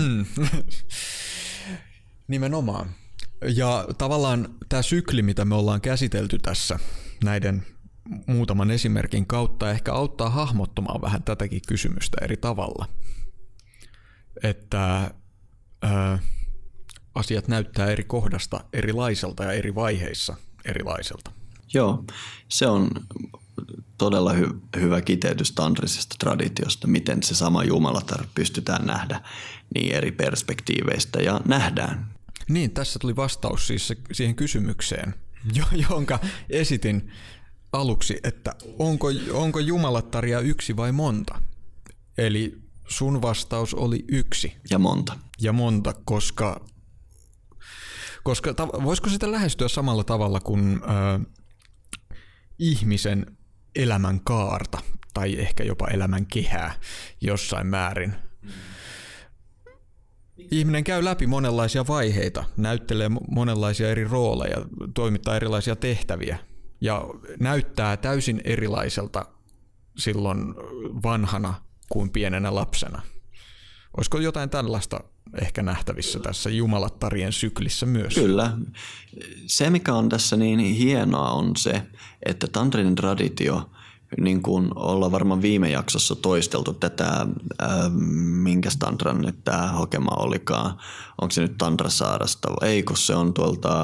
Nimenomaan. Ja tavallaan tämä sykli, mitä me ollaan käsitelty tässä näiden muutaman esimerkin kautta, ehkä auttaa hahmottamaan vähän tätäkin kysymystä eri tavalla. Että asiat näyttää eri kohdasta erilaiselta ja eri vaiheissa erilaiselta. Joo, se on todella hyvä kiteytys tantrisesta traditiosta, miten se sama jumalatar pystytään nähdä niin eri perspektiiveistä ja nähdään. Niin, tässä tuli vastaus siis siihen kysymykseen, jonka esitin aluksi, että onko jumalattaria yksi vai monta? Eli sun vastaus oli yksi. Ja monta, koska voisiko sitä lähestyä samalla tavalla kuin ihmisen elämän kaarta tai ehkä jopa elämän kehää jossain määrin. Ihminen käy läpi monenlaisia vaiheita, näyttelee monenlaisia eri rooleja, toimittaa erilaisia tehtäviä ja näyttää täysin erilaiselta silloin vanhana kuin pienenä lapsena. Olisiko jotain tällaista ehkä nähtävissä tässä jumalattarien syklissä myös? Kyllä. Se, mikä on tässä niin hienoa, on se, että tantrinen traditio, niin kuin ollaan varmaan viime jaksossa toisteltu tätä, minkäs tantran nyt tämä hokema olikaan. Onko se nyt Tantrasaarasta? Ei, kun se on tuolta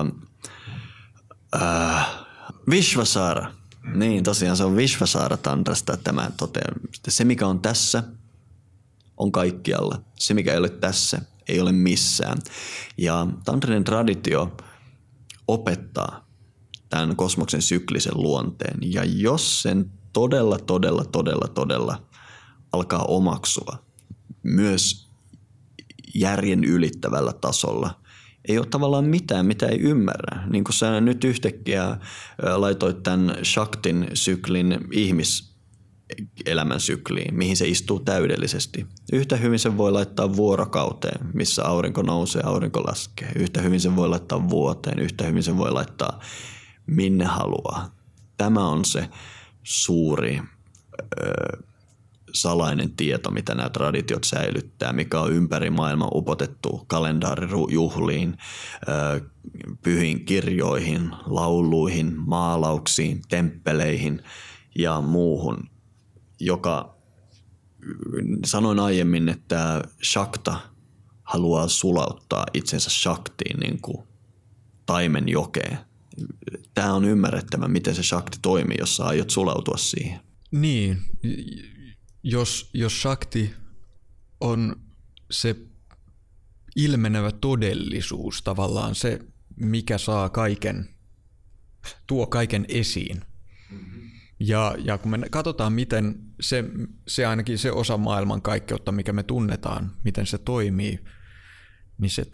Vishvasaara. Niin, tosiaan se on Vishvasaara tantrasta tämä toteaa. Se, mikä on tässä, on kaikkialla. Se, mikä ei ole tässä, ei ole missään. Ja tantrinen traditio opettaa tämän kosmoksen syklisen luonteen. Ja jos sen todella alkaa omaksua myös järjen ylittävällä tasolla, ei ole tavallaan mitään, mitä ei ymmärrä. Niin kuin sä nyt yhtäkkiä laitoit tämän Shaktin syklin ihmiselämän sykliin, mihin se istuu täydellisesti. Yhtä hyvin se voi laittaa vuorokauteen, missä aurinko nousee, aurinko laskee. Yhtä hyvin se voi laittaa vuoteen, yhtä hyvin se voi laittaa minne haluaa. Tämä on se suuri salainen tieto, mitä nämä traditiot säilyttää, mikä on ympäri maailman upotettu kalendaarijuhliin, pyhiin kirjoihin, lauluihin, maalauksiin, temppeleihin ja muuhun, joka sanoin aiemmin, että Shakta haluaa sulauttaa itsensä Shaktiin niin kuin taimen jokeen. Tämä on ymmärrettävä, miten se Shakti toimii, jos sä aiot sulautua siihen. Niin, jos Shakti on se ilmenevä todellisuus, tavallaan se, mikä saa tuo kaiken esiin. Ja kun me katsotaan, miten se ainakin se osa maailmankaikkeutta, mikä me tunnetaan, miten se toimii, niin se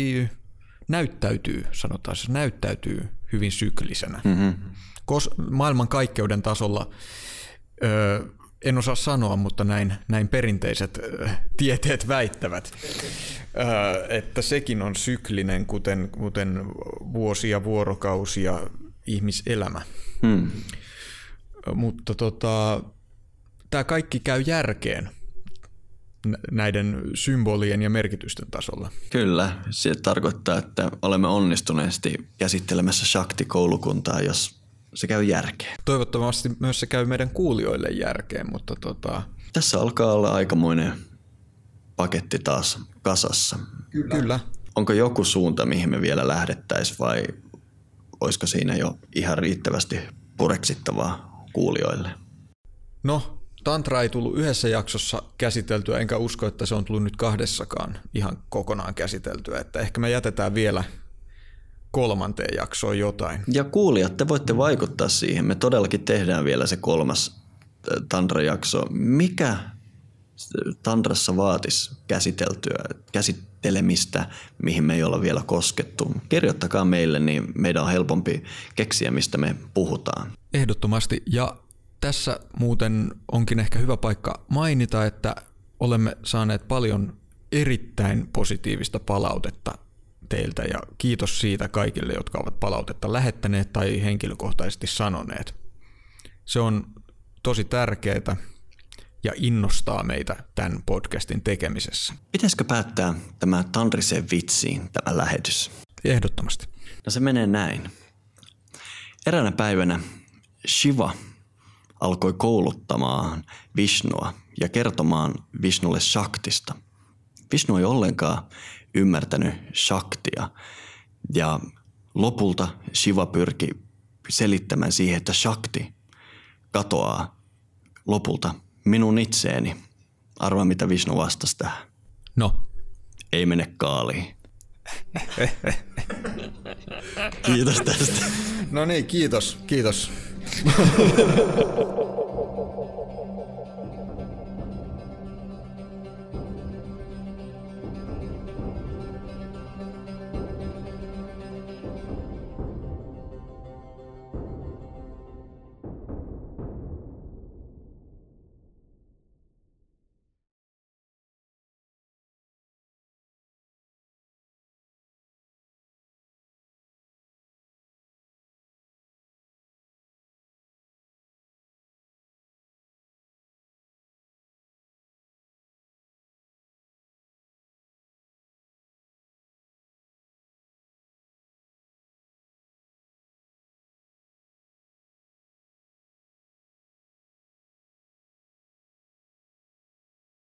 näyttäytyy hyvin syklisenä. Mm-hmm. Maailmankaikkeuden tasolla en osaa sanoa, mutta näin perinteiset tieteet väittävät, että sekin on syklinen, kuten vuosia, vuorokausia, ihmiselämä. Mutta tämä kaikki käy järkeen näiden symbolien ja merkitysten tasolla. Kyllä, se tarkoittaa, että olemme onnistuneesti käsittelemässä Shakti-koulukuntaa, jos se käy järkeen. Toivottavasti myös se käy meidän kuulijoille järkeen, mutta Tässä alkaa olla aikamoinen paketti taas kasassa. Kyllä. Onko joku suunta, mihin me vielä lähdettäisiin vai olisiko siinä jo ihan riittävästi pureksittavaa kuulijoille? No, tantra ei tullut yhdessä jaksossa käsiteltyä, enkä usko, että se on tullut nyt kahdessakaan ihan kokonaan käsiteltyä, että ehkä me jätetään vielä 3. jaksoon jotain. Ja kuulijat, te voitte vaikuttaa siihen. Me todellakin tehdään vielä se 3. tantra-jakso. Mikä tantrassa vaatisi käsittelemistä, mihin me ei olla vielä koskettu? Kirjoittakaa meille, niin meidän on helpompi keksiä, mistä me puhutaan. Ehdottomasti. Ja tässä muuten onkin ehkä hyvä paikka mainita, että olemme saaneet paljon erittäin positiivista palautetta teiltä ja kiitos siitä kaikille, jotka ovat palautetta lähettäneet tai henkilökohtaisesti sanoneet. Se on tosi tärkeää ja innostaa meitä tämän podcastin tekemisessä. Pitäisikö päättää tämä tantriseen vitsiin, tämä lähetys? Ehdottomasti. No se menee näin. Eräänä päivänä Shiva alkoi kouluttamaan Vishnua ja kertomaan Vishnulle Shaktista. Vishnu ei ollenkaan ymmärtänyt Shaktia ja lopulta Shiva pyrki selittämään siihen, että Shakti katoaa lopulta minun itseeni. Arvaa, mitä Vishnu vastasi tähän. No. Ei mene kaaliin. Kiitos tästä. No niin, kiitos.